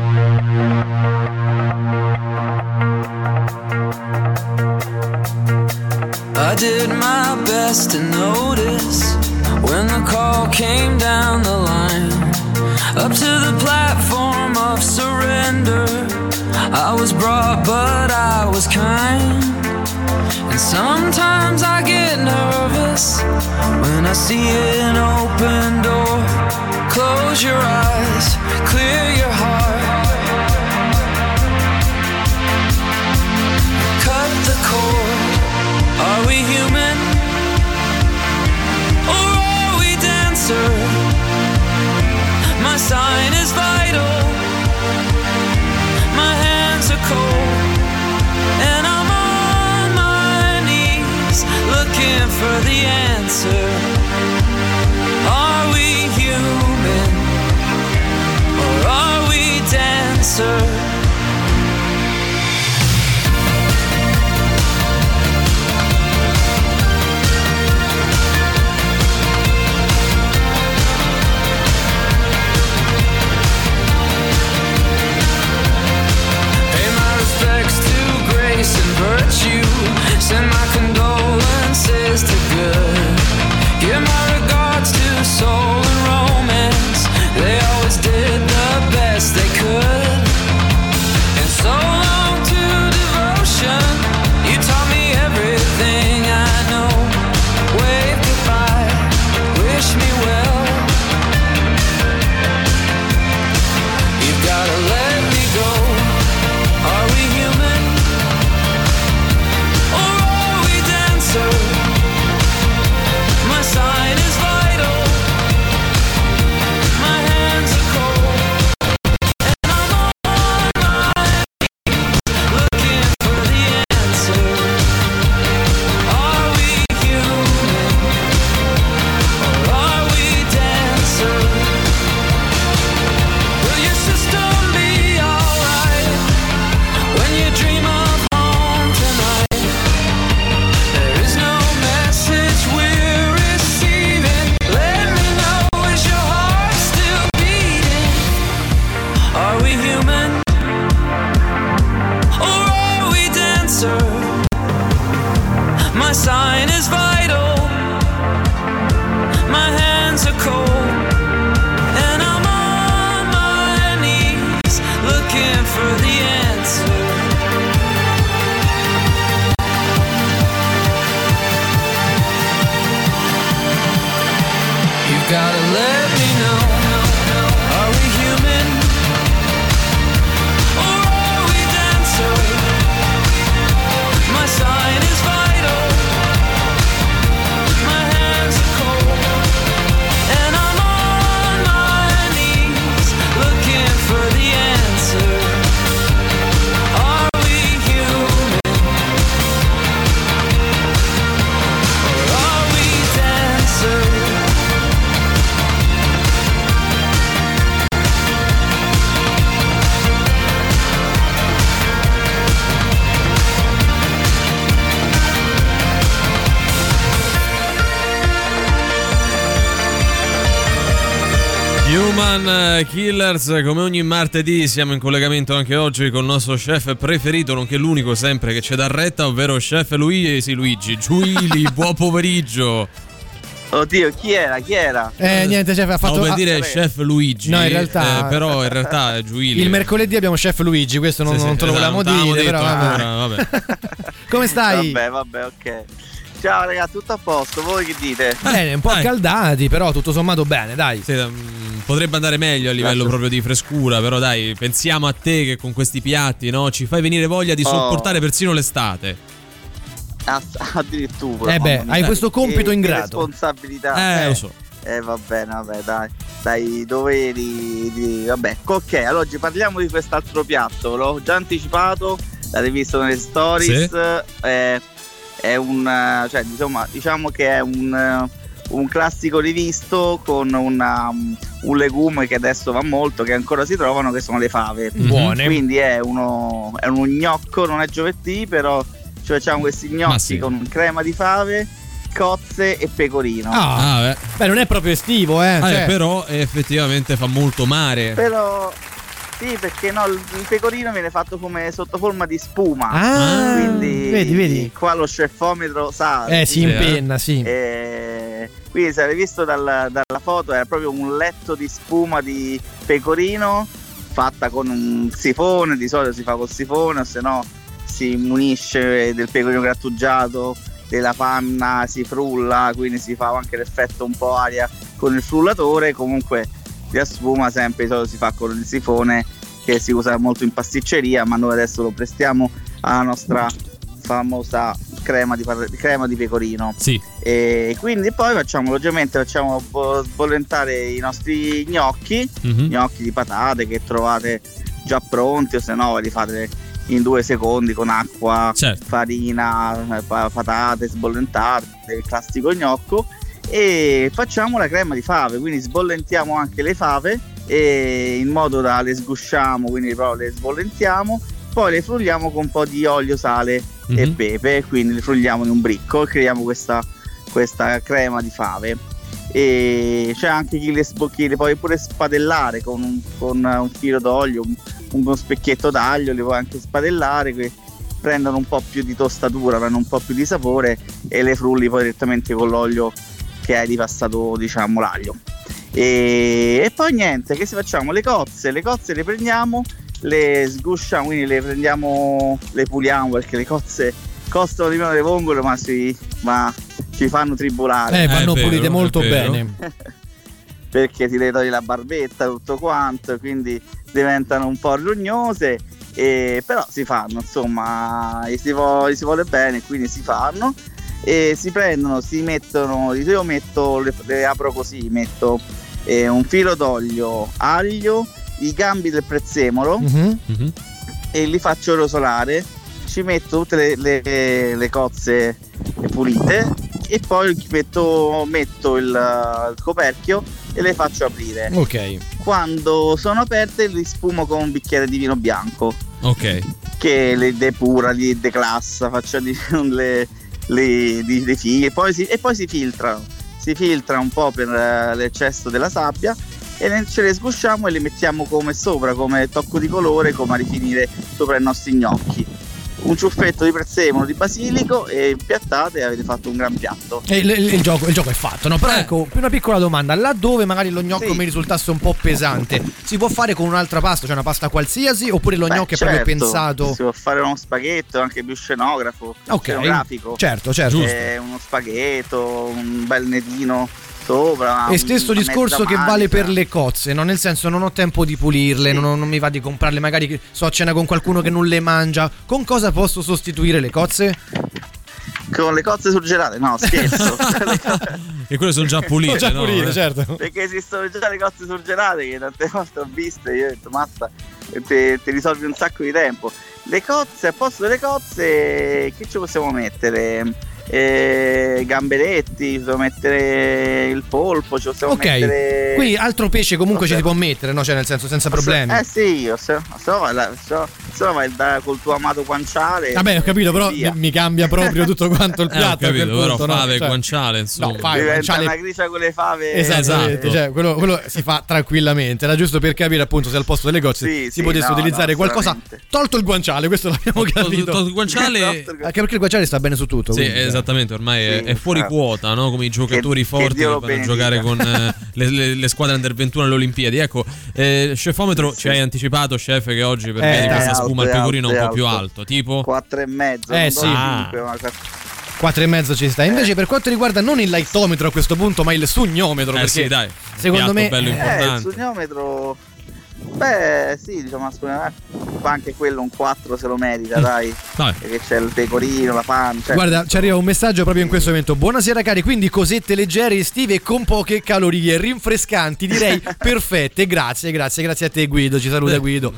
[SPEAKER 6] I did my best to notice when the call came down the line, up to the platform of surrender. I was brought but I was kind, and sometimes I get nervous when I see an open door. Close your eyes, clear your heart, cut the cord. Are we human, or are we dancer? My sign is vital, my hands are cold, and I'm on my knees looking for the answer. Are we human, or are we dancer? And virtue, send my condolences to good. Give my regards to soul and romance. They always did the best they could. And so long to devotion. You taught me everything I know. Wave goodbye, wish me well. You've gotta let me go. Are we human? My sign is vital, my hands are cold, and I'm on my knees looking for the answer. Are we human, or are we dancer? Will your system be alright when you dream of home tonight? There is no message we're receiving. Let me know, is your heart still beating? Are we human, or are we dancer? My sign is vital, my hands are cold, and I'm on my knees looking for the answer. You've gotta let me know. Are we human, or are we dancer? My sign is vital, my hands are cold, and I'm on my knees looking for the answer.
[SPEAKER 3] Human Killers. Come ogni martedì siamo in collegamento anche oggi con il nostro chef preferito, nonché l'unico sempre che ci dà retta, ovvero chef Luigi Giuili. Buon pomeriggio.
[SPEAKER 14] Oddio, chi era?
[SPEAKER 4] Niente, chef ha fatto.
[SPEAKER 3] Per dire chef Luigi.
[SPEAKER 4] No, in realtà.
[SPEAKER 3] Però in realtà è Giuili.
[SPEAKER 4] Il mercoledì abbiamo chef Luigi, questo non te lo volevamo dire, però
[SPEAKER 3] vabbè.
[SPEAKER 4] Come stai?
[SPEAKER 14] Vabbè, ok. Ciao ragazzi, tutto a posto, voi che dite?
[SPEAKER 4] Bene, un po' accaldati, però tutto sommato bene, dai.
[SPEAKER 3] Sì, potrebbe andare meglio a livello proprio di frescura, però dai, pensiamo a te che con questi piatti, no, ci fai venire voglia di sopportare persino l'estate.
[SPEAKER 14] Addirittura.
[SPEAKER 4] Hai questo compito ingrato.
[SPEAKER 14] Responsabilità.
[SPEAKER 3] Lo so.
[SPEAKER 14] Va bene, dai doveri. Vabbè, ok, allora oggi parliamo di quest'altro piatto. L'ho già anticipato, l'avete visto nelle stories. Sì. È un, cioè, diciamo che è un classico rivisto con un legume che adesso va molto, che ancora si trovano, che sono le fave.
[SPEAKER 4] Buone.
[SPEAKER 14] Quindi è uno gnocco, non è giovedì, però ci facciamo questi gnocchi con crema di fave, cozze e pecorino.
[SPEAKER 4] Beh, non è proprio estivo,
[SPEAKER 3] però effettivamente fa molto mare.
[SPEAKER 14] Però sì, perché il pecorino viene fatto come sotto forma di spuma. Quindi
[SPEAKER 4] vedi.
[SPEAKER 14] Qua lo scefometro sa.
[SPEAKER 4] Si impenna, sì.
[SPEAKER 14] Quindi se avete visto dalla foto era proprio un letto di spuma di pecorino fatta con un sifone, di solito si fa col sifone, o se no si munisce del pecorino grattugiato, della panna, si frulla, quindi si fa anche l'effetto un po' aria con il frullatore. Comunque la spuma sempre di solito si fa con il sifone, che si usa molto in pasticceria, ma noi adesso lo prestiamo alla nostra famosa crema di pecorino.
[SPEAKER 3] Sì.
[SPEAKER 14] E quindi poi facciamo sbollentare i nostri gnocchi, gnocchi di patate che trovate già pronti, o se no li fate in 2 secondi con acqua, farina, patate sbollentate, il classico gnocco. E facciamo la crema di fave, quindi sbollentiamo anche le fave in modo da le sgusciamo, quindi proprio le sbollentiamo, poi le frulliamo con un po' di olio, sale e pepe, quindi le frulliamo in un bricco e creiamo questa crema di fave. E c'è anche chi le puoi pure spadellare con un filo d'olio, uno specchietto d'aglio, le puoi anche spadellare, che prendono un po' più di tostatura, prendono un po' più di sapore, e le frulli poi direttamente con l'olio che hai ripassato, diciamo, l'aglio. E poi niente, che se facciamo le cozze le prendiamo, le sgusciamo, quindi le prendiamo, le puliamo, perché le cozze costano di meno le vongole, ma ci fanno tribolare.
[SPEAKER 4] Vanno pulite molto bene.
[SPEAKER 14] Perché ti le togli la barbetta, tutto quanto, quindi diventano un po' rognose, però si fanno, insomma, si vuole bene, quindi si fanno. E si prendono, si mettono, io le apro così, metto un filo d'olio, aglio, i gambi del prezzemolo e li faccio rosolare, ci metto tutte le cozze pulite e poi metto il coperchio e le faccio aprire. Quando sono aperte li spumo con un bicchiere di vino bianco, che le depura, li declassa, faccio le figlie, e poi si filtra un po' per l'eccesso della sabbia, e ce le sgusciamo e le mettiamo come sopra, come tocco di colore, come a rifinire sopra i nostri gnocchi. Un ciuffetto di prezzemolo, di basilico, e impiattate e avete fatto un gran piatto.
[SPEAKER 4] E il gioco è fatto, no? Però ecco, una piccola domanda: laddove magari lo gnocco mi risultasse un po' pesante, si può fare con un'altra pasta, cioè una pasta qualsiasi, oppure lo gnocco è proprio pensato?
[SPEAKER 14] Si può fare uno spaghetto, anche più scenografico.
[SPEAKER 4] Certo.
[SPEAKER 14] Uno spaghetto, un bel netino sopra.
[SPEAKER 4] E stesso discorso che vale per le cozze, no? Nel senso, non ho tempo di pulirle, non mi va di comprarle, magari so a cena con qualcuno che non le mangia. Con cosa posso sostituire le cozze?
[SPEAKER 14] Con le cozze surgelate? No, scherzo.
[SPEAKER 3] E quelle sono già pulite,
[SPEAKER 4] certo.
[SPEAKER 14] Perché esistono già le cozze surgelate che tante volte ho viste, io ho detto mazza, ti risolvi un sacco di tempo. Le cozze, al posto delle cozze, che ci possiamo mettere? gamberetti, ci possiamo mettere il polpo, ci possiamo mettere.
[SPEAKER 4] Quindi altro pesce comunque ci si può mettere, no? Cioè nel senso senza problemi.
[SPEAKER 14] Sì, vai col tuo amato guanciale.
[SPEAKER 4] Vabbè, ho capito, però mi cambia proprio tutto quanto il piatto.
[SPEAKER 3] Ho capito, però
[SPEAKER 4] punto,
[SPEAKER 3] fave e
[SPEAKER 4] cioè,
[SPEAKER 3] guanciale, insomma.
[SPEAKER 4] No,
[SPEAKER 14] diventa una gricia con le fave.
[SPEAKER 4] Esatto. Cioè, quello si fa tranquillamente. Era giusto per capire appunto se al posto delle gocce si potesse utilizzare qualcosa. Tolto il guanciale, questo l'abbiamo capito.
[SPEAKER 3] Tolto il guanciale.
[SPEAKER 4] Anche perché il guanciale sta bene su tutto.
[SPEAKER 3] Sì,
[SPEAKER 4] quindi,
[SPEAKER 3] esattamente, ormai è fuori quota, no? Come i giocatori forti che vanno a giocare con le squadre under 21 alle Olimpiadi. Ecco, chefometro, ci hai anticipato, chef, che oggi per via di questa spuma al pecorino è un po' più alto, tipo
[SPEAKER 14] 4,5.
[SPEAKER 4] Sì. 4,5 ci sta. Invece per quanto riguarda non il lightometro a questo punto, ma il sugnometro, perché
[SPEAKER 3] sì, dai,
[SPEAKER 4] secondo me
[SPEAKER 3] bello importante.
[SPEAKER 14] Il sugnometro, sì, diciamo anche quello un 4 se lo merita, dai. Perché c'è il pecorino, la pancia.
[SPEAKER 4] Guarda, ci arriva un messaggio proprio in questo momento. Buonasera cari, quindi cosette leggere, estive e con poche calorie, rinfrescanti, direi perfette. Grazie a te Guido, ci saluta Guido.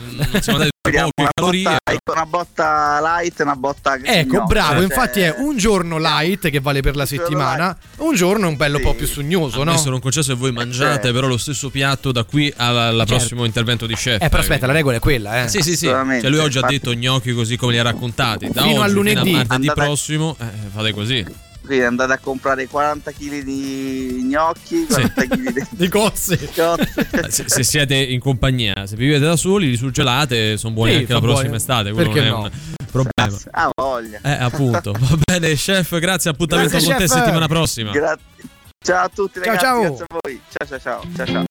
[SPEAKER 14] Una botta light e una botta
[SPEAKER 4] bravo, infatti è un giorno light che vale per la settimana, un giorno un bello po' più sugnoso, no?
[SPEAKER 3] Adesso non concesso se voi mangiate però lo stesso piatto da qui al prossimo intervento di chef.
[SPEAKER 4] Però aspetta, la regola è quella,
[SPEAKER 3] Sì. Cioè lui oggi ha detto gnocchi così come li ha raccontati. Da
[SPEAKER 4] fino
[SPEAKER 3] oggi,
[SPEAKER 4] a lunedì,
[SPEAKER 3] fino a martedì prossimo, fate così.
[SPEAKER 14] Quindi andate a comprare 40 kg di gnocchi, 40 kg
[SPEAKER 4] di cozze.
[SPEAKER 3] Se siete in compagnia, se vivete da soli, li surgelate, sono buoni anche la prossima estate. Quello non è un problema.
[SPEAKER 14] Ah, voglia.
[SPEAKER 3] Appunto. Va bene, chef, grazie. Appuntamento con te settimana prossima.
[SPEAKER 14] Ciao a tutti, ragazzi.
[SPEAKER 4] Ciao.
[SPEAKER 14] Grazie a voi. Ciao.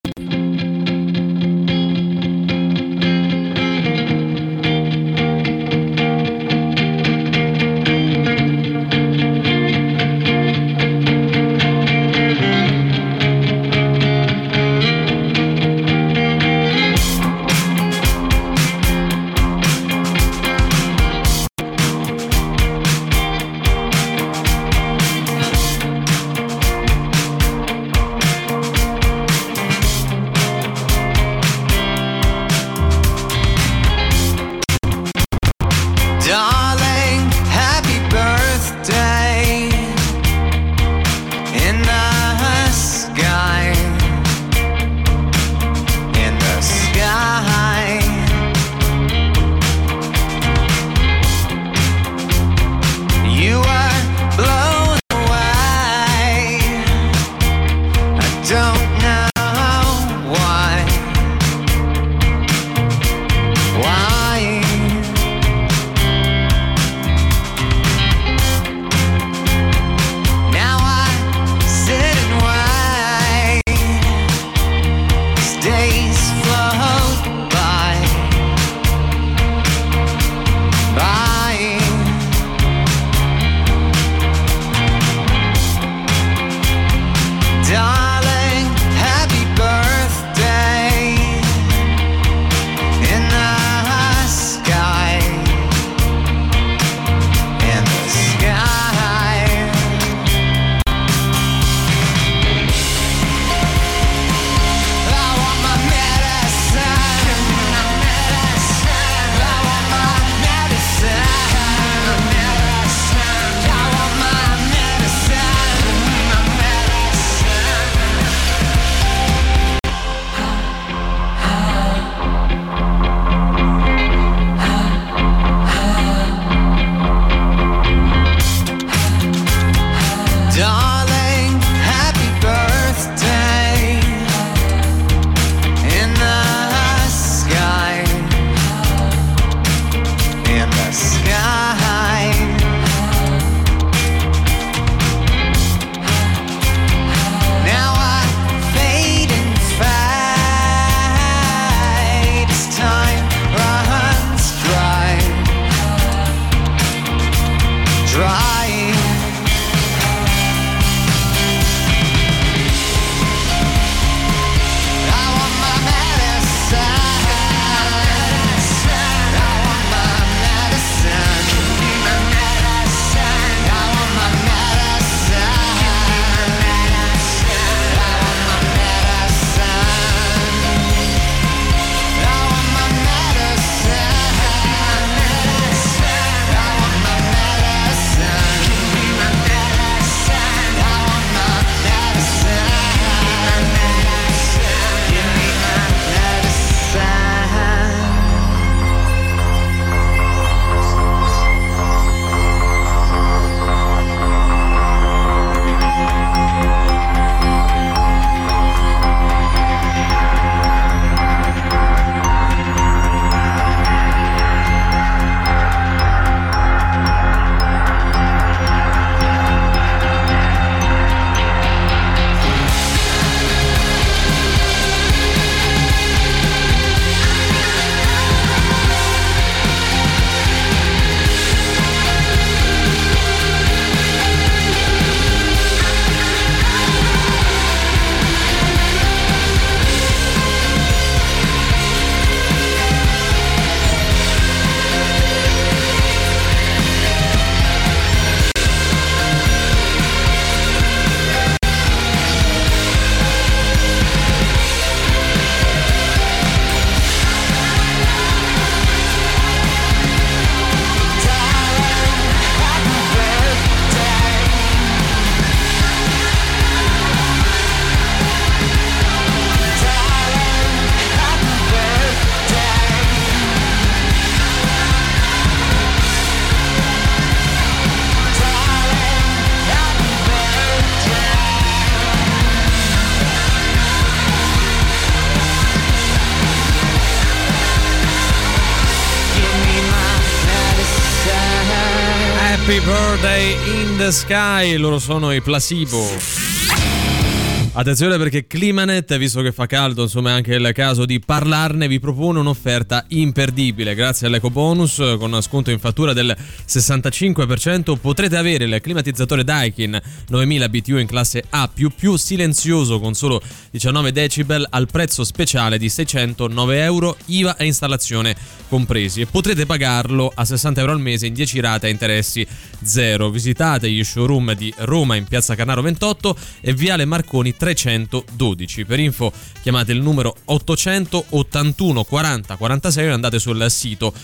[SPEAKER 11] Darling,
[SPEAKER 3] Happy Birthday in the Sky, loro sono i Placebo. Attenzione perché Climanet, visto che fa caldo, insomma è anche il caso di parlarne, vi propone un'offerta imperdibile. Grazie all'ecobonus con sconto in fattura del 65% potrete avere il climatizzatore Daikin 9000 BTU in classe A++ silenzioso con solo 19 decibel al prezzo speciale di €609, IVA e installazione compresi, e potrete pagarlo a €60 al mese in 10 rate a interessi zero. Visitate gli showroom di Roma in Piazza Canaro 28 e Viale Marconi 312. Per info chiamate il numero 800 81 40 46 e andate sul sito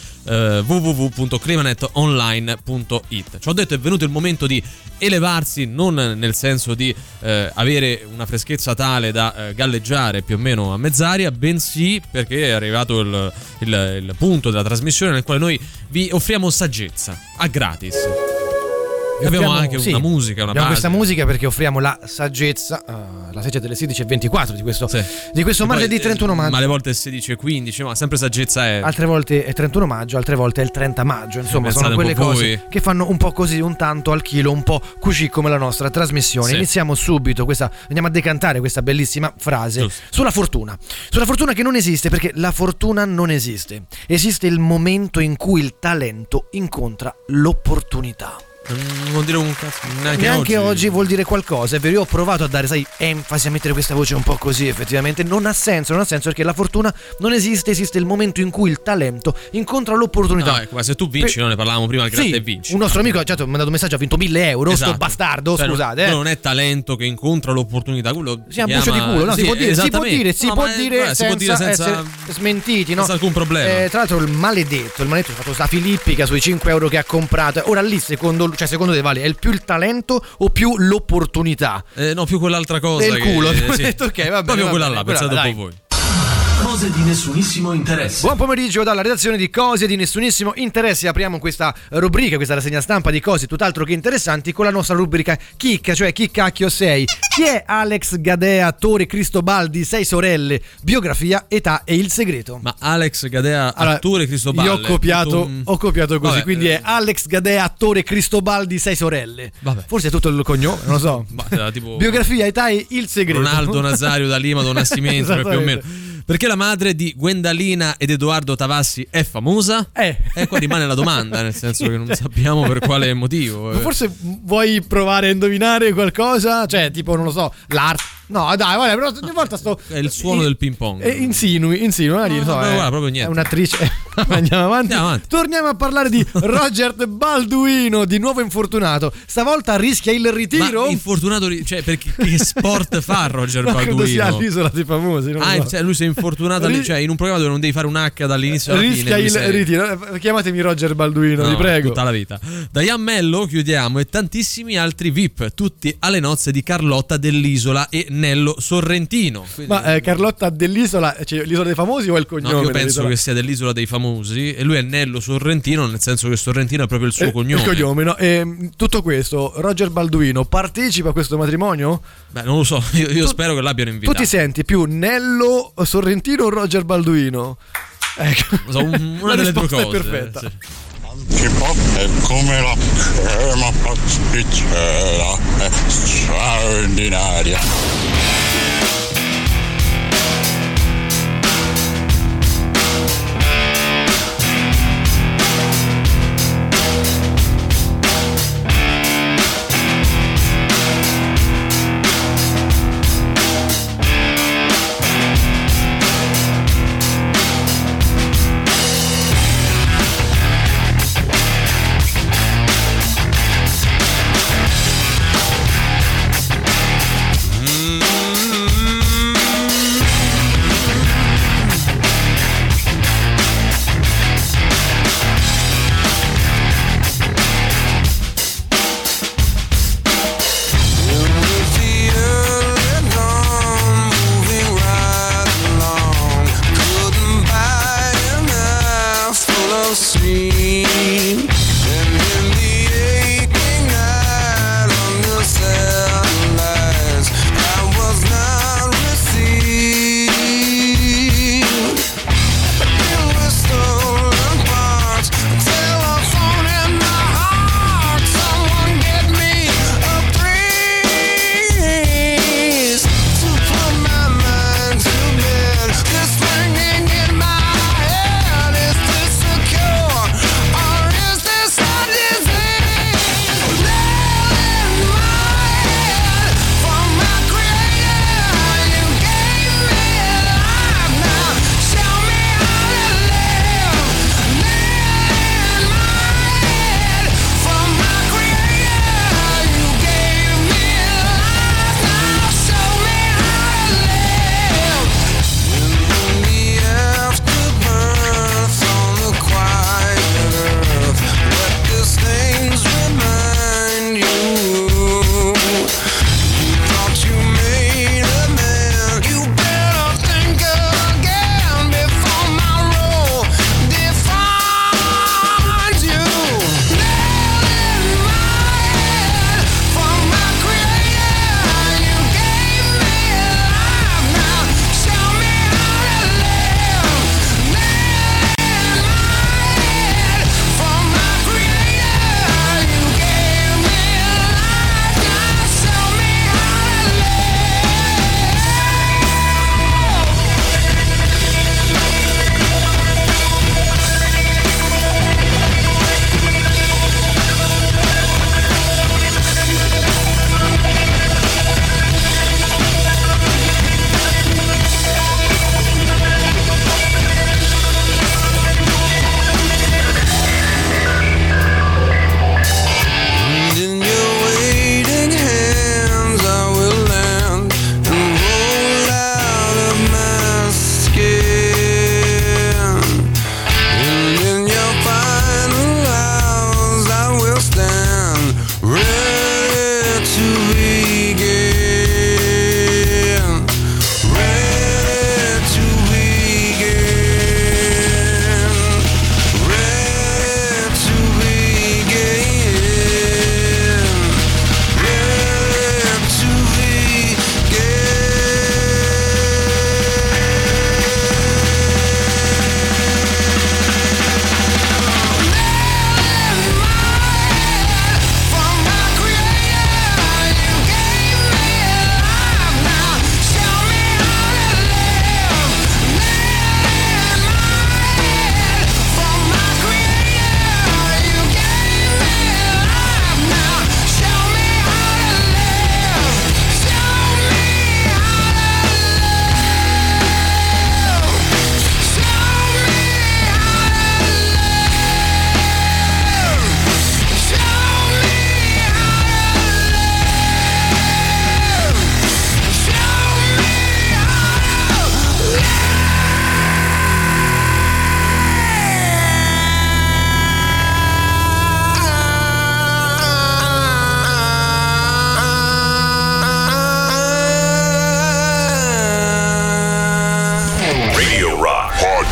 [SPEAKER 3] www.climanetonline.it. Ci ho detto, è venuto il momento di elevarsi, non nel senso di avere una freschezza tale da galleggiare più o meno a mezz'aria, bensì perché è arrivato il punto della trasmissione nel quale noi vi offriamo saggezza a gratis. Abbiamo anche una musica, una
[SPEAKER 4] abbiamo
[SPEAKER 3] base.
[SPEAKER 4] questa musica perché offriamo la saggezza delle 16:24 di questo martedì 31 maggio.
[SPEAKER 3] Ma alle volte è 16:15, ma sempre saggezza è.
[SPEAKER 4] Altre volte è 31 maggio, altre volte è il 30 maggio. Insomma, sono quelle cose che fanno un po' così, un tanto al chilo, un po' così come la nostra trasmissione. Sì. Iniziamo subito andiamo a decantare questa bellissima frase sulla fortuna. Sulla fortuna che non esiste, perché la fortuna non esiste. Esiste il momento in cui il talento incontra l'opportunità.
[SPEAKER 3] Non vuol dire un cazzo.
[SPEAKER 4] Neanche oggi vuol dire qualcosa. È vero, io ho provato a dare, enfasi, a mettere questa voce un po' così. Effettivamente non ha senso perché la fortuna non esiste. Esiste il momento in cui il talento incontra l'opportunità.
[SPEAKER 3] No, ecco, ma se tu vinci, noi ne parlavamo prima, il gratta e vinci.
[SPEAKER 4] Un nostro amico ha mandato un messaggio, ha vinto €1.000. Esatto. Sto bastardo, cioè, scusate.
[SPEAKER 3] Quello non è talento che incontra l'opportunità, quello
[SPEAKER 4] si chiama buccio di culo. No, si può dire senza essere smentiti, no?
[SPEAKER 3] Senza alcun problema.
[SPEAKER 4] Tra l'altro il maledetto ha fatto sta filippica sui €5 che ha comprato. Ora lì secondo te vale, è più il talento o più l'opportunità?
[SPEAKER 3] No, più quell'altra cosa
[SPEAKER 4] del culo.
[SPEAKER 3] Sì.
[SPEAKER 4] Ok, va bene.
[SPEAKER 3] Proprio quella là, pensate un po' voi.
[SPEAKER 2] Cose di nessunissimo interesse.
[SPEAKER 4] Buon pomeriggio dalla redazione di Cose di nessunissimo interesse. Apriamo questa rubrica, questa rassegna stampa di cose tutt'altro che interessanti con la nostra rubrica Chicca, cioè chi cacchio sei? Chi è Alex Gadea, attore, Cristobaldi, 6 sorelle, biografia, età e il segreto?
[SPEAKER 3] Ma Alex Gadea, attore, Cristobaldi.
[SPEAKER 4] Io ho copiato così, quindi è Alex Gadea, attore, Cristobaldi, 6 sorelle.
[SPEAKER 3] Vabbè.
[SPEAKER 4] Forse è tutto il cognome, non lo so.
[SPEAKER 3] Tipo
[SPEAKER 4] biografia, età e il segreto.
[SPEAKER 3] Ronaldo Nazario D'Alima, Don Nascimento, più o meno. Perché la madre di Gwendalina ed Edoardo Tavassi è famosa? E qua rimane la domanda, nel senso che non sappiamo per quale motivo.
[SPEAKER 4] Ma forse vuoi provare a indovinare qualcosa? Cioè, tipo, non lo so, l'arte. No, dai, guarda, però ogni volta
[SPEAKER 3] è il suono del ping pong.
[SPEAKER 4] Insinui,
[SPEAKER 3] no, guarda, proprio niente.
[SPEAKER 4] È un'attrice. Andiamo avanti. Torniamo a parlare di Roger Balduino, di nuovo infortunato. Stavolta rischia il ritiro.
[SPEAKER 3] Ma infortunato, cioè, perché che sport fa Roger Balduino?
[SPEAKER 4] Credo sia all'Isola dei Famosi.
[SPEAKER 3] Cioè, lui si è infortunato cioè, in un programma dove non devi fare un H dall'inizio alla
[SPEAKER 4] rischia
[SPEAKER 3] fine.
[SPEAKER 4] Rischia il ritiro. Chiamatemi Roger Balduino, vi prego.
[SPEAKER 3] Tutta la vita. Da Ian Mello chiudiamo, e tantissimi altri VIP, tutti alle nozze di Carlotta dell'Isola e Nello Sorrentino.
[SPEAKER 4] Quindi... Ma Carlotta dell'Isola, cioè l'Isola dei Famosi o è il cognome?
[SPEAKER 3] No, io penso che sia dell'Isola dei Famosi e lui è Nello Sorrentino, nel senso che Sorrentino è proprio il suo cognome.
[SPEAKER 4] Il cognome, no? Tutto questo, Roger Balduino partecipa a questo matrimonio?
[SPEAKER 3] Beh, non lo so, io spero che l'abbiano invitato.
[SPEAKER 4] Tu ti senti più Nello Sorrentino o Roger Balduino? Ecco,
[SPEAKER 3] una delle due cose.
[SPEAKER 4] È perfetta.
[SPEAKER 3] Sì.
[SPEAKER 15] Antipop è come la crema pasticcera, è straordinaria.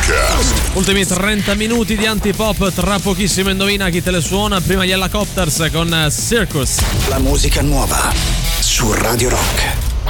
[SPEAKER 2] Podcast.
[SPEAKER 3] Ultimi 30 minuti di Antipop, tra pochissimo indovina chi te le suona. Prima gli Helicopters con Circus.
[SPEAKER 1] La musica nuova su Radio Rock.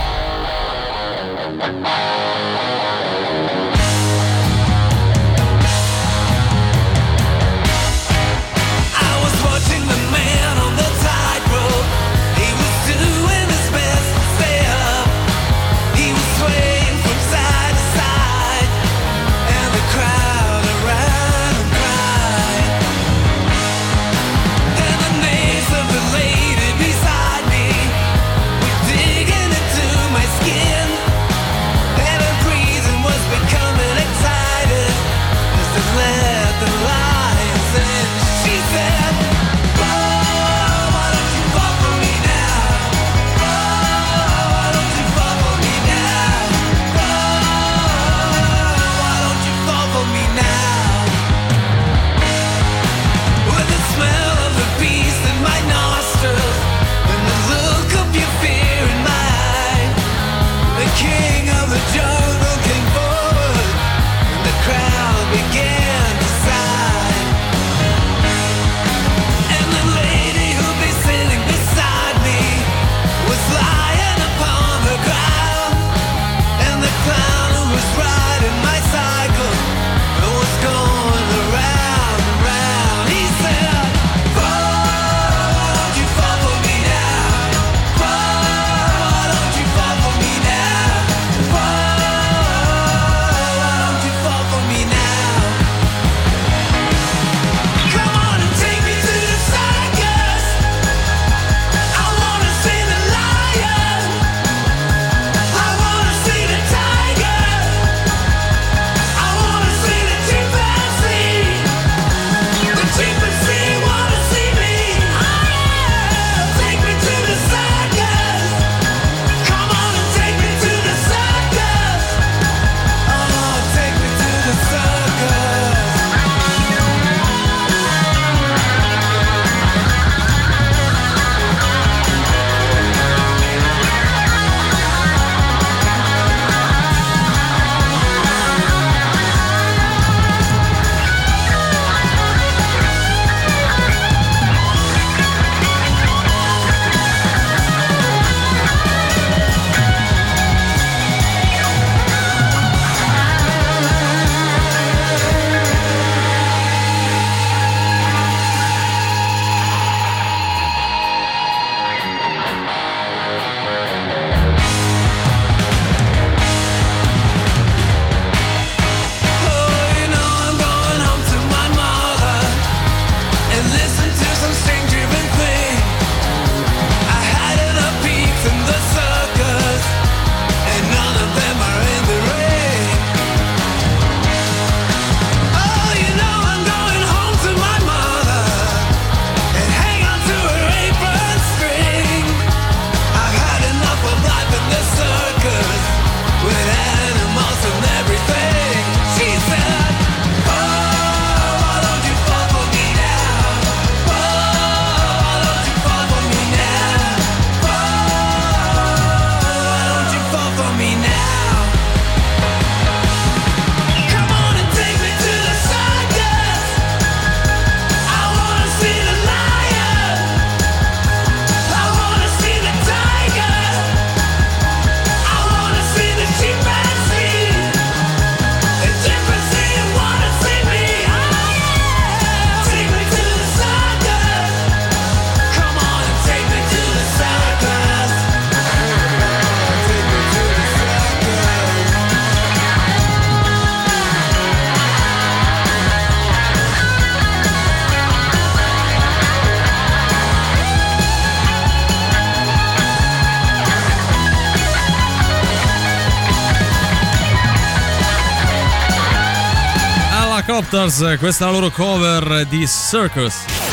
[SPEAKER 3] Helicopters, questa è la loro cover di Circus.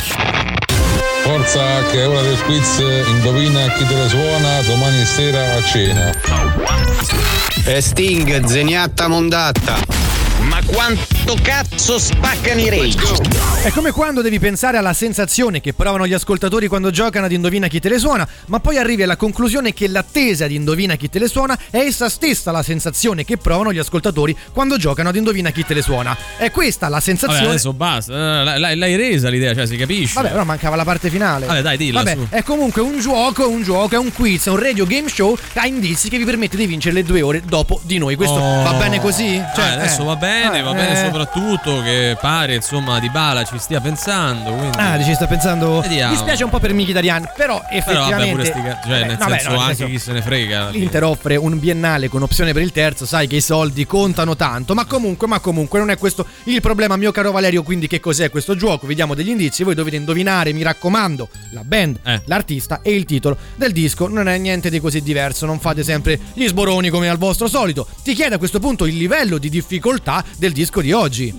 [SPEAKER 16] Forza che è ora del quiz, indovina chi te la suona domani sera a cena.
[SPEAKER 17] Sting, Zeniatta Mondatta.
[SPEAKER 18] Ma quanto
[SPEAKER 17] quanto cazzo spaccano i rage.
[SPEAKER 4] È come quando devi pensare alla sensazione che provano gli ascoltatori quando giocano ad Indovina chi te le suona, ma poi arrivi alla conclusione che l'attesa di Indovina chi te le suona è essa stessa la sensazione che provano gli ascoltatori quando giocano ad Indovina chi te le suona. È questa la sensazione.
[SPEAKER 3] Vabbè, adesso basta, l'hai resa l'idea, cioè si capisce.
[SPEAKER 4] Vabbè, però mancava la parte finale.
[SPEAKER 3] Vabbè, dai, dilla.
[SPEAKER 4] Vabbè,
[SPEAKER 3] su.
[SPEAKER 4] è comunque un gioco, è un quiz, è un radio game show a indizi che vi permette di vincere le 2 ore dopo di noi. Questo va bene così? Cioè,
[SPEAKER 3] adesso va bene soprattutto che pare insomma Dybala ci stia pensando. Quindi...
[SPEAKER 4] ci sta pensando.
[SPEAKER 3] Vediamo.
[SPEAKER 4] Mi spiace un po' per Mkhitaryan, però effettivamente.
[SPEAKER 3] Anche chi se ne frega.
[SPEAKER 4] L'Inter offre un biennale con opzione per il terzo, sai che i soldi contano tanto, ma comunque non è questo il problema, mio caro Valerio. Quindi che cos'è questo gioco? Vi diamo degli indizi, voi dovete indovinare, mi raccomando, la band, l'artista e il titolo del disco. Non è niente di così diverso, non fate sempre gli sboroni come al vostro solito. Ti chiedo a questo punto il livello di difficoltà del disco di oggi.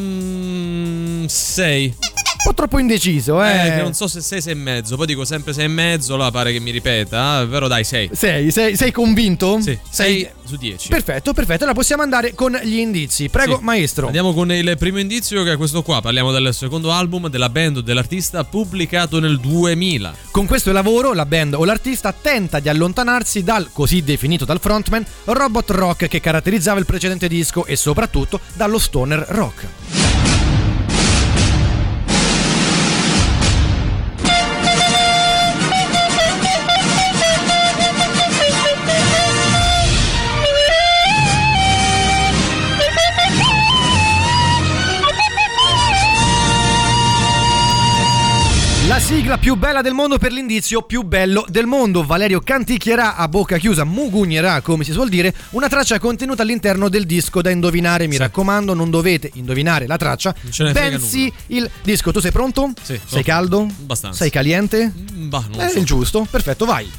[SPEAKER 3] 6.
[SPEAKER 4] Un po' troppo indeciso,
[SPEAKER 3] Che non so se 6,5. Poi dico sempre 6,5, allora pare che mi ripeta, però dai, 6.
[SPEAKER 4] Sei convinto?
[SPEAKER 3] Sì, 6 su 10.
[SPEAKER 4] Perfetto, allora possiamo andare con gli indizi. Prego,
[SPEAKER 3] sì.
[SPEAKER 4] Maestro.
[SPEAKER 3] Andiamo con il primo indizio, che è questo qua. Parliamo del secondo album della band o dell'artista pubblicato nel 2000.
[SPEAKER 4] Con questo lavoro la band o l'artista tenta di allontanarsi dal, così definito dal frontman, robot rock che caratterizzava il precedente disco e soprattutto dallo stoner rock. La sigla più bella del mondo per l'indizio più bello del mondo. Valerio canticchierà a bocca chiusa, mugugnerà come si suol dire, una traccia contenuta all'interno del disco da indovinare. Mi raccomando, non dovete indovinare la traccia, bensì il disco. Tu sei pronto?
[SPEAKER 3] Sì.
[SPEAKER 4] Sei caldo?
[SPEAKER 3] Abbastanza.
[SPEAKER 4] Sei caliente?
[SPEAKER 3] Non
[SPEAKER 4] è
[SPEAKER 3] so.
[SPEAKER 4] il giusto, perfetto, vai.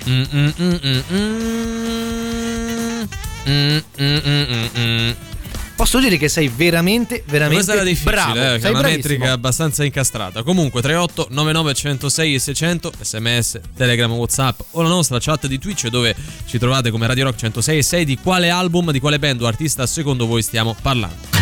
[SPEAKER 4] Posso dire che sei veramente
[SPEAKER 3] questa era difficile,
[SPEAKER 4] bravo.
[SPEAKER 3] Che
[SPEAKER 4] Sei
[SPEAKER 3] è una
[SPEAKER 4] bravissimo.
[SPEAKER 3] metrica abbastanza incastrata. Comunque 38 99 106 e 600, sms, telegram, whatsapp o la nostra chat di Twitch, dove ci trovate come Radio Rock 106 e 6. Di quale album, di quale band o artista secondo voi stiamo parlando?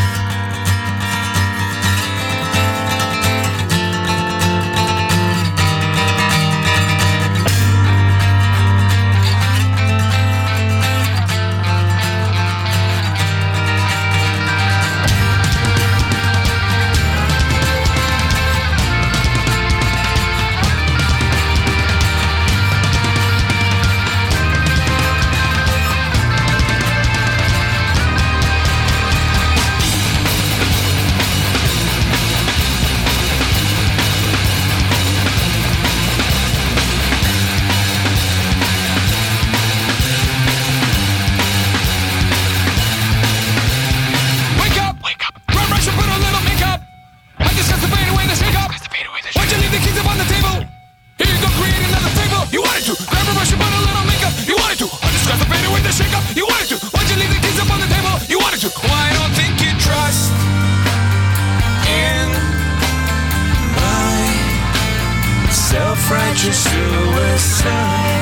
[SPEAKER 6] Self-righteous suicide.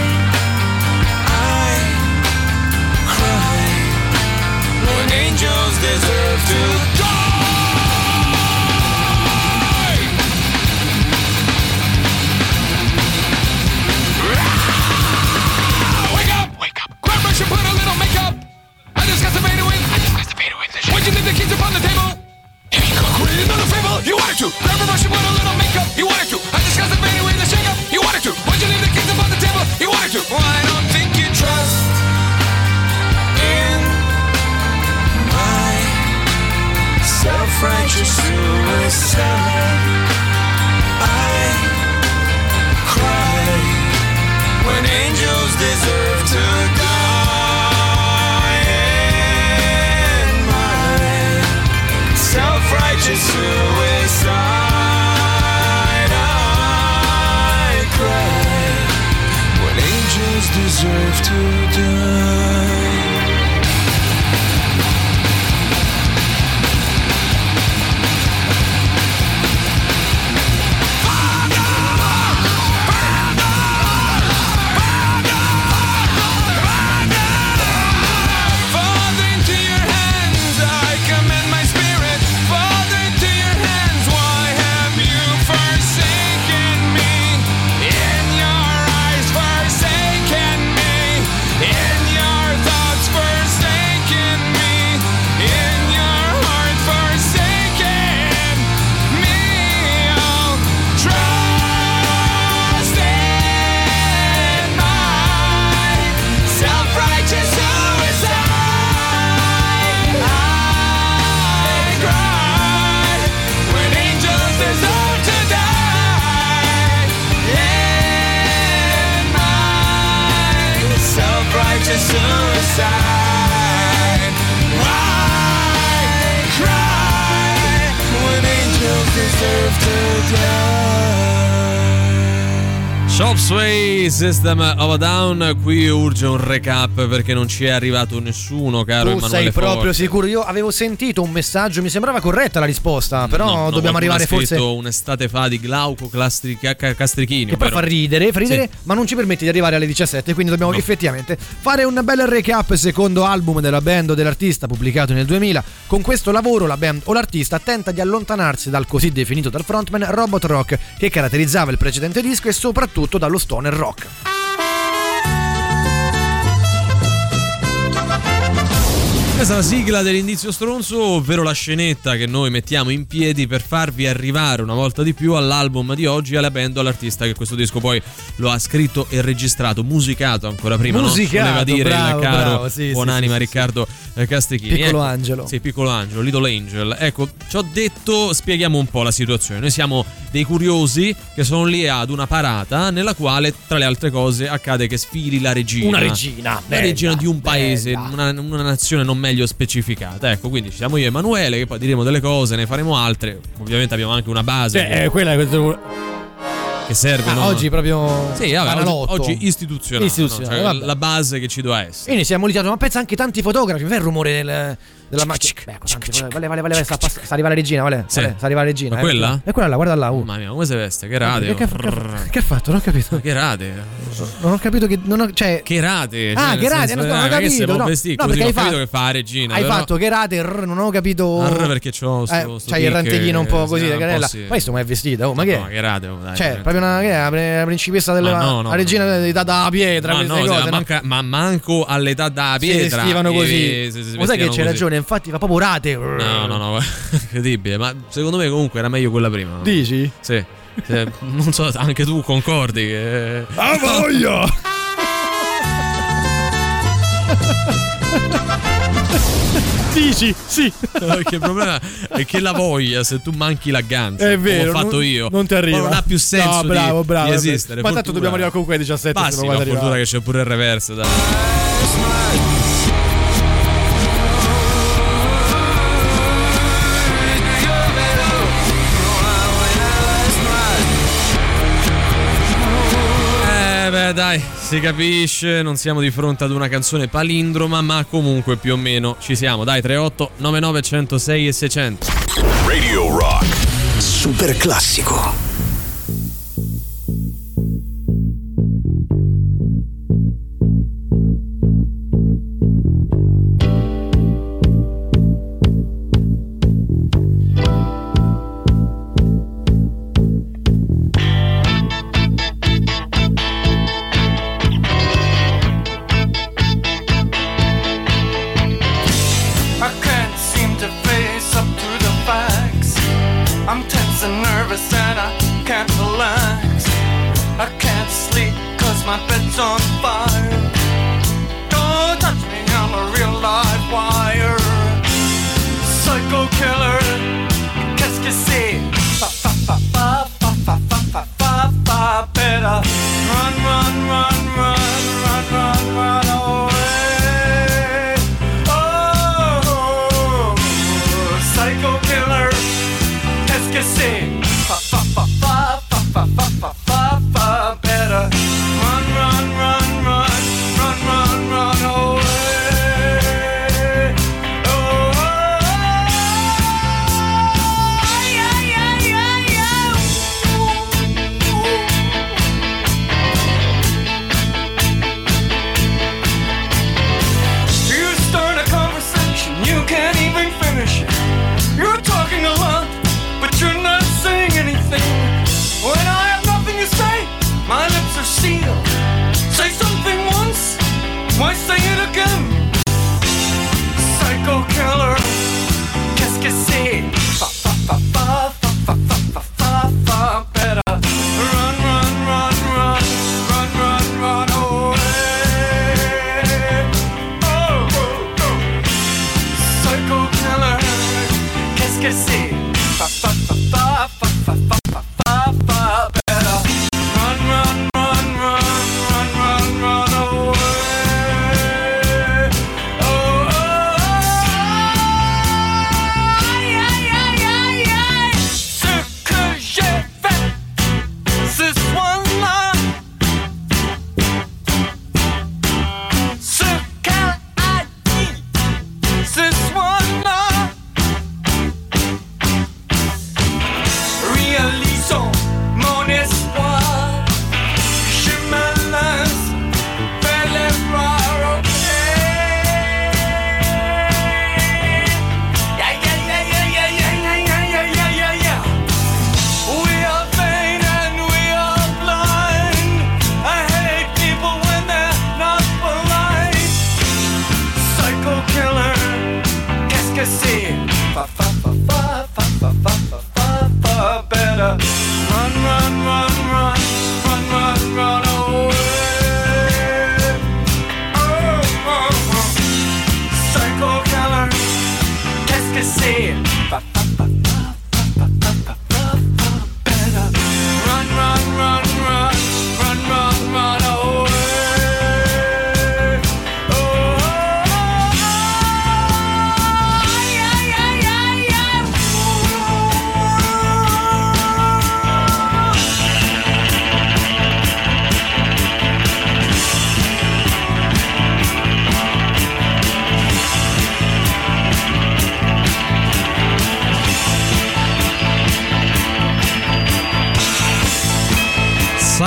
[SPEAKER 6] I cry when angels deserve to die. Wake up, grab brush and put a little makeup. I just got to fade away. Why'd you leave the keys upon the table? Create another fable. You wanted to grab a brush and put a little makeup. You wanted to. I just got to fade away the shake up. You wanted to. Why'd you leave the keys upon the table? You wanted to. Well, I don't think you trust in my self-righteous suicide. I cry when angels deserve to die. In my self-righteous suicide. Deserve to die. commit suicide. Why cry when angels deserve to die?
[SPEAKER 3] Chop Suey, System of a Down. Qui urge un recap perché non ci è arrivato nessuno, caro
[SPEAKER 4] tu
[SPEAKER 3] Emanuele
[SPEAKER 4] sei proprio
[SPEAKER 3] Forte.
[SPEAKER 4] sicuro? Io avevo sentito un messaggio, mi sembrava corretta la risposta, però
[SPEAKER 3] No,
[SPEAKER 4] dobbiamo arrivare forse
[SPEAKER 3] un'estate fa di Glauco Castrichini,
[SPEAKER 4] che poi fa ridere,
[SPEAKER 3] Sì.
[SPEAKER 4] ma non ci permette di arrivare alle 17, quindi dobbiamo effettivamente fare un bel recap. Secondo album della band o dell'artista pubblicato nel 2000. Con questo lavoro la band o l'artista tenta di allontanarsi dal così definito dal frontman robot rock che caratterizzava il precedente disco e soprattutto dallo stoner rock.
[SPEAKER 3] Questa è la sigla dell'Indizio Stronzo, ovvero la scenetta che noi mettiamo in piedi per farvi arrivare una volta di più all'album di oggi, alla band o all'artista che questo disco poi lo ha scritto e registrato, musicato ancora prima,
[SPEAKER 4] Musicato,
[SPEAKER 3] no? Voleva dire
[SPEAKER 4] bravo,
[SPEAKER 3] il caro
[SPEAKER 4] bravo, sì,
[SPEAKER 3] buonanima
[SPEAKER 4] sì,
[SPEAKER 3] Riccardo Castrichini.
[SPEAKER 4] Piccolo Angelo.
[SPEAKER 3] Sì, Piccolo Angelo, Little Angel. Ecco, ci ho detto, spieghiamo un po' la situazione. Noi siamo dei curiosi che sono lì ad una parata nella quale, tra le altre cose, accade che sfili la regina.
[SPEAKER 4] Una regina,
[SPEAKER 3] La
[SPEAKER 4] bella,
[SPEAKER 3] regina di un paese,
[SPEAKER 4] bella.
[SPEAKER 3] una nazione non meglio specificata. Ecco, quindi ci siamo io e Emanuele, che poi diremo delle cose, ne faremo altre. Ovviamente abbiamo anche una base
[SPEAKER 4] Quella è questo
[SPEAKER 3] che serve. No?
[SPEAKER 4] oggi proprio
[SPEAKER 3] Sì, vabbè,
[SPEAKER 4] analotto.
[SPEAKER 3] oggi istituzionale, no? Cioè,
[SPEAKER 4] vabbè.
[SPEAKER 3] la base che ci doveva essere.
[SPEAKER 4] E noi siamo litiati, ma pensa anche tanti fotografi, non è il rumore della macchina. Vale, sta arriva la regina, vale.
[SPEAKER 3] Sì.
[SPEAKER 4] Sta arriva la regina.
[SPEAKER 3] Ma quella?
[SPEAKER 4] È quella là, guarda là.
[SPEAKER 3] Mamma mia, come si veste? Che rate.
[SPEAKER 4] Che ha fatto? Non ho capito.
[SPEAKER 3] Che rate.
[SPEAKER 4] Non ho capito che cioè
[SPEAKER 3] che rate.
[SPEAKER 4] Ah, che rate, non ho capito. No,
[SPEAKER 3] perché
[SPEAKER 4] hai
[SPEAKER 3] ho
[SPEAKER 4] fatto
[SPEAKER 3] capito che fa la regina.
[SPEAKER 4] Hai
[SPEAKER 3] però...
[SPEAKER 4] fatto che rate, non ho capito.
[SPEAKER 3] Perché c'ho sto
[SPEAKER 4] c'hai il rantechino un po' così,
[SPEAKER 3] sì,
[SPEAKER 4] carella.
[SPEAKER 3] sì.
[SPEAKER 4] Ma questo mai è vestita? Oh, ma che è?
[SPEAKER 3] No, che rate, dai.
[SPEAKER 4] Cioè, proprio una che è la principessa della la regina dell'età da pietra, queste cose.
[SPEAKER 3] Ma manco all'età da pietra.
[SPEAKER 4] Si vestivano così. Ma sai che c'è ragione, infatti fa proprio rate.
[SPEAKER 3] No, incredibile. Ma secondo me comunque era meglio quella prima.
[SPEAKER 4] Dici?
[SPEAKER 3] Sì. Non so, anche tu concordi che...
[SPEAKER 4] Ah, voglia! Dici, sì.
[SPEAKER 3] Perché il problema è che la voglia, se tu manchi l'aggancio,
[SPEAKER 4] è vero,
[SPEAKER 3] come ho fatto io,
[SPEAKER 4] non ti arriva.
[SPEAKER 3] Non ha più senso
[SPEAKER 4] bravo,
[SPEAKER 3] di esistere.
[SPEAKER 4] Ma tanto dobbiamo arrivare comunque ai 17.
[SPEAKER 3] Passi, ma fortuna che c'è pure il reverse, dai. Beh, dai, si capisce, non siamo di fronte ad una canzone palindroma, ma comunque più o meno ci siamo. Dai, 38 99 106 e 600.
[SPEAKER 1] Radio Rock super classico.
[SPEAKER 6] I'm tense and nervous and I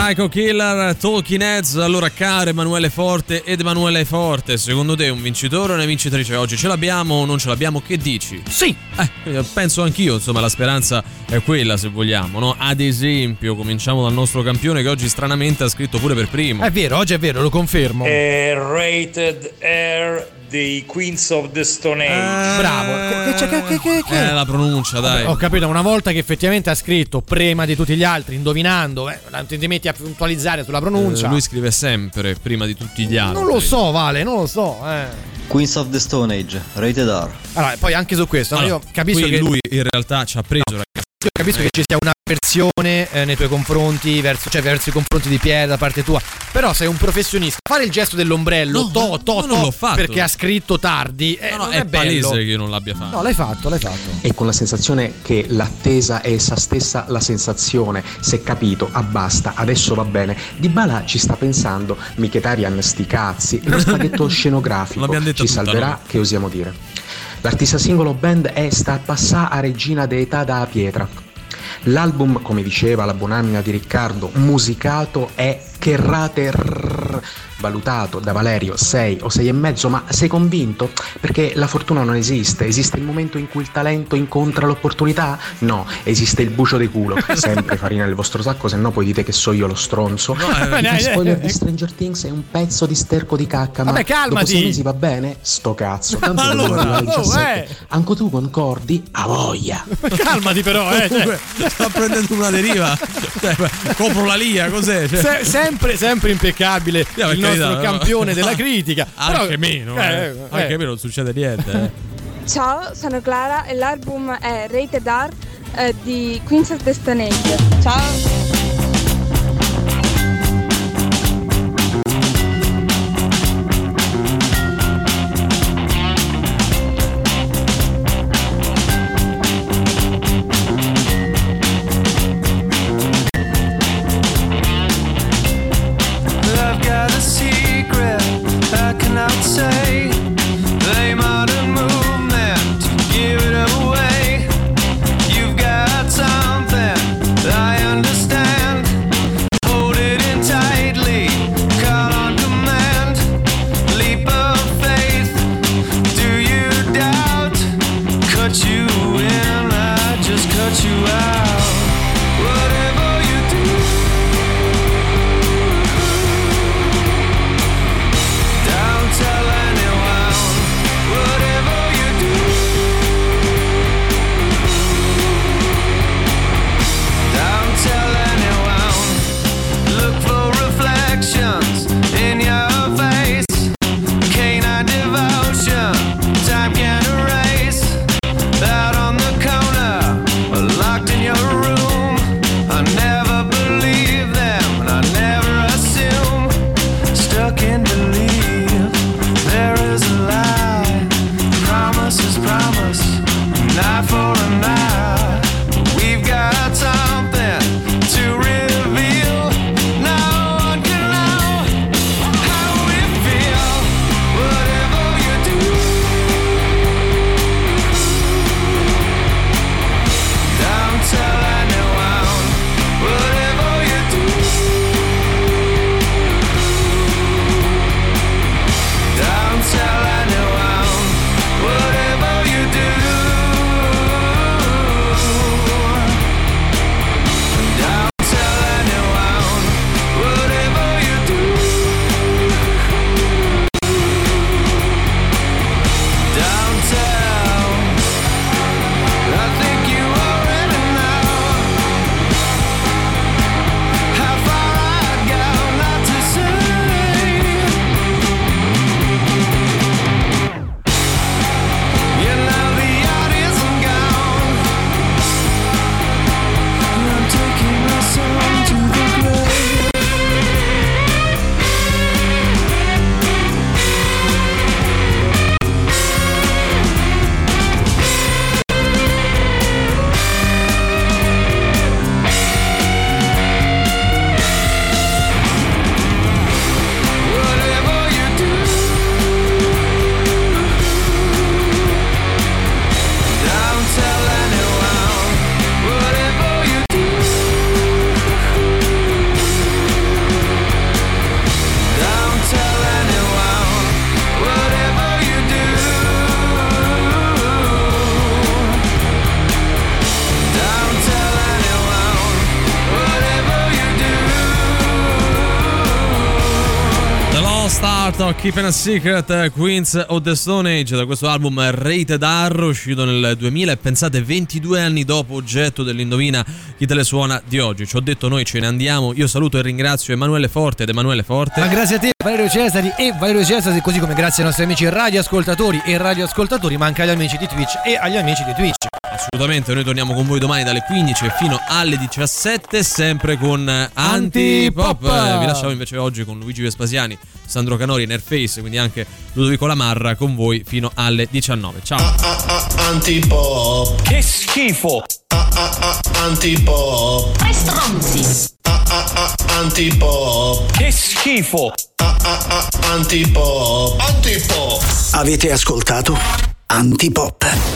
[SPEAKER 3] Psycho Killer, Talking Heads. Allora, caro Emanuele Forte ed Emanuele Forte, secondo te un vincitore o una vincitrice oggi? Ce l'abbiamo o non ce l'abbiamo? Che dici?
[SPEAKER 4] Sì!
[SPEAKER 3] Penso anch'io, insomma, la speranza è quella, se vogliamo, no? Ad esempio, cominciamo dal nostro campione che oggi stranamente ha scritto pure per primo.
[SPEAKER 4] È vero, oggi è vero, lo confermo.
[SPEAKER 18] Rated R dei Queens of the Stone Age.
[SPEAKER 4] Bravo. Che?
[SPEAKER 3] La pronuncia, dai.
[SPEAKER 4] Ho capito, una volta che effettivamente ha scritto prima di tutti gli altri, indovinando, ti metti a puntualizzare sulla pronuncia.
[SPEAKER 3] Lui scrive sempre prima di tutti gli altri.
[SPEAKER 4] Non lo so, Vale, non lo so.
[SPEAKER 19] Queens of the Stone Age, rated R.
[SPEAKER 4] Allora, poi anche su questo, allora, io capisco che
[SPEAKER 3] lui in realtà ci ha preso, ragazzi.
[SPEAKER 4] Io capisco che ci sia una versione nei tuoi confronti, verso i confronti di Pier da parte tua. Però sei un professionista. Fare il gesto dell'ombrello, non l'ho fatto perché ha scritto tardi. Non è bello.
[SPEAKER 3] Palese che io non l'abbia fatto.
[SPEAKER 4] No, l'hai fatto.
[SPEAKER 20] E con la sensazione che l'attesa è essa stessa la sensazione. Si è capito, basta, adesso va bene. Dybala ci sta pensando, Mkhitaryan sti cazzi. Lo spaghetto scenografico ci salverà, che osiamo dire. L'artista singolo band è sta a passà a regina d'età da pietra. L'album, come diceva la buonanima di Riccardo, musicato è Cherrate valutato da Valerio 6 o 6,5, ma sei convinto? Perché la fortuna non esiste, esiste il momento in cui il talento incontra l'opportunità? No, esiste il bucio di culo, sempre farina nel vostro sacco, se no poi dite che so io lo stronzo. Il spoiler di Stranger Things è un pezzo di sterco di cacca, ma dopo 6 mesi va bene? Sto cazzo, tanto allora, 17. Anche tu concordi? A voglia.
[SPEAKER 4] Calmati però,
[SPEAKER 3] sta prendendo una deriva. Compro la Lia, cos'è?
[SPEAKER 4] Sempre impeccabile il nostro campione della critica.
[SPEAKER 3] Anche meno, anche meno non succede niente.
[SPEAKER 21] Ciao, sono Clara e l'album è Rated R di Queens of the Stone Age. Ciao.
[SPEAKER 6] Something I understand.
[SPEAKER 3] Sto Keeping a Secret, Queens of the Stone Age, da questo album Rated R, uscito nel 2000 e pensate 22 anni dopo, oggetto dell'Indovina chi te le suona di oggi. Ci ho detto noi ce ne andiamo, io saluto e ringrazio Emanuele Forte ed Emanuele Forte.
[SPEAKER 4] Ma grazie a te Valerio Cesari e Valerio Cesari, così come grazie ai nostri amici radioascoltatori e radioascoltatori, ma anche agli amici di Twitch e agli amici di Twitch.
[SPEAKER 3] Assolutamente, noi torniamo con voi domani dalle 15 fino alle 17, sempre con Antipop. Vi lasciamo invece oggi con Luigi Vespasiani, Sandro Canori, Nerface, quindi anche Ludovico Lamarra con voi fino alle 19. Ciao.
[SPEAKER 6] Antipop. Che schifo. Antipop.
[SPEAKER 7] Tre stronzi.
[SPEAKER 6] Antipop. Che schifo. Antipop. Antipop.
[SPEAKER 1] Avete ascoltato Antipop.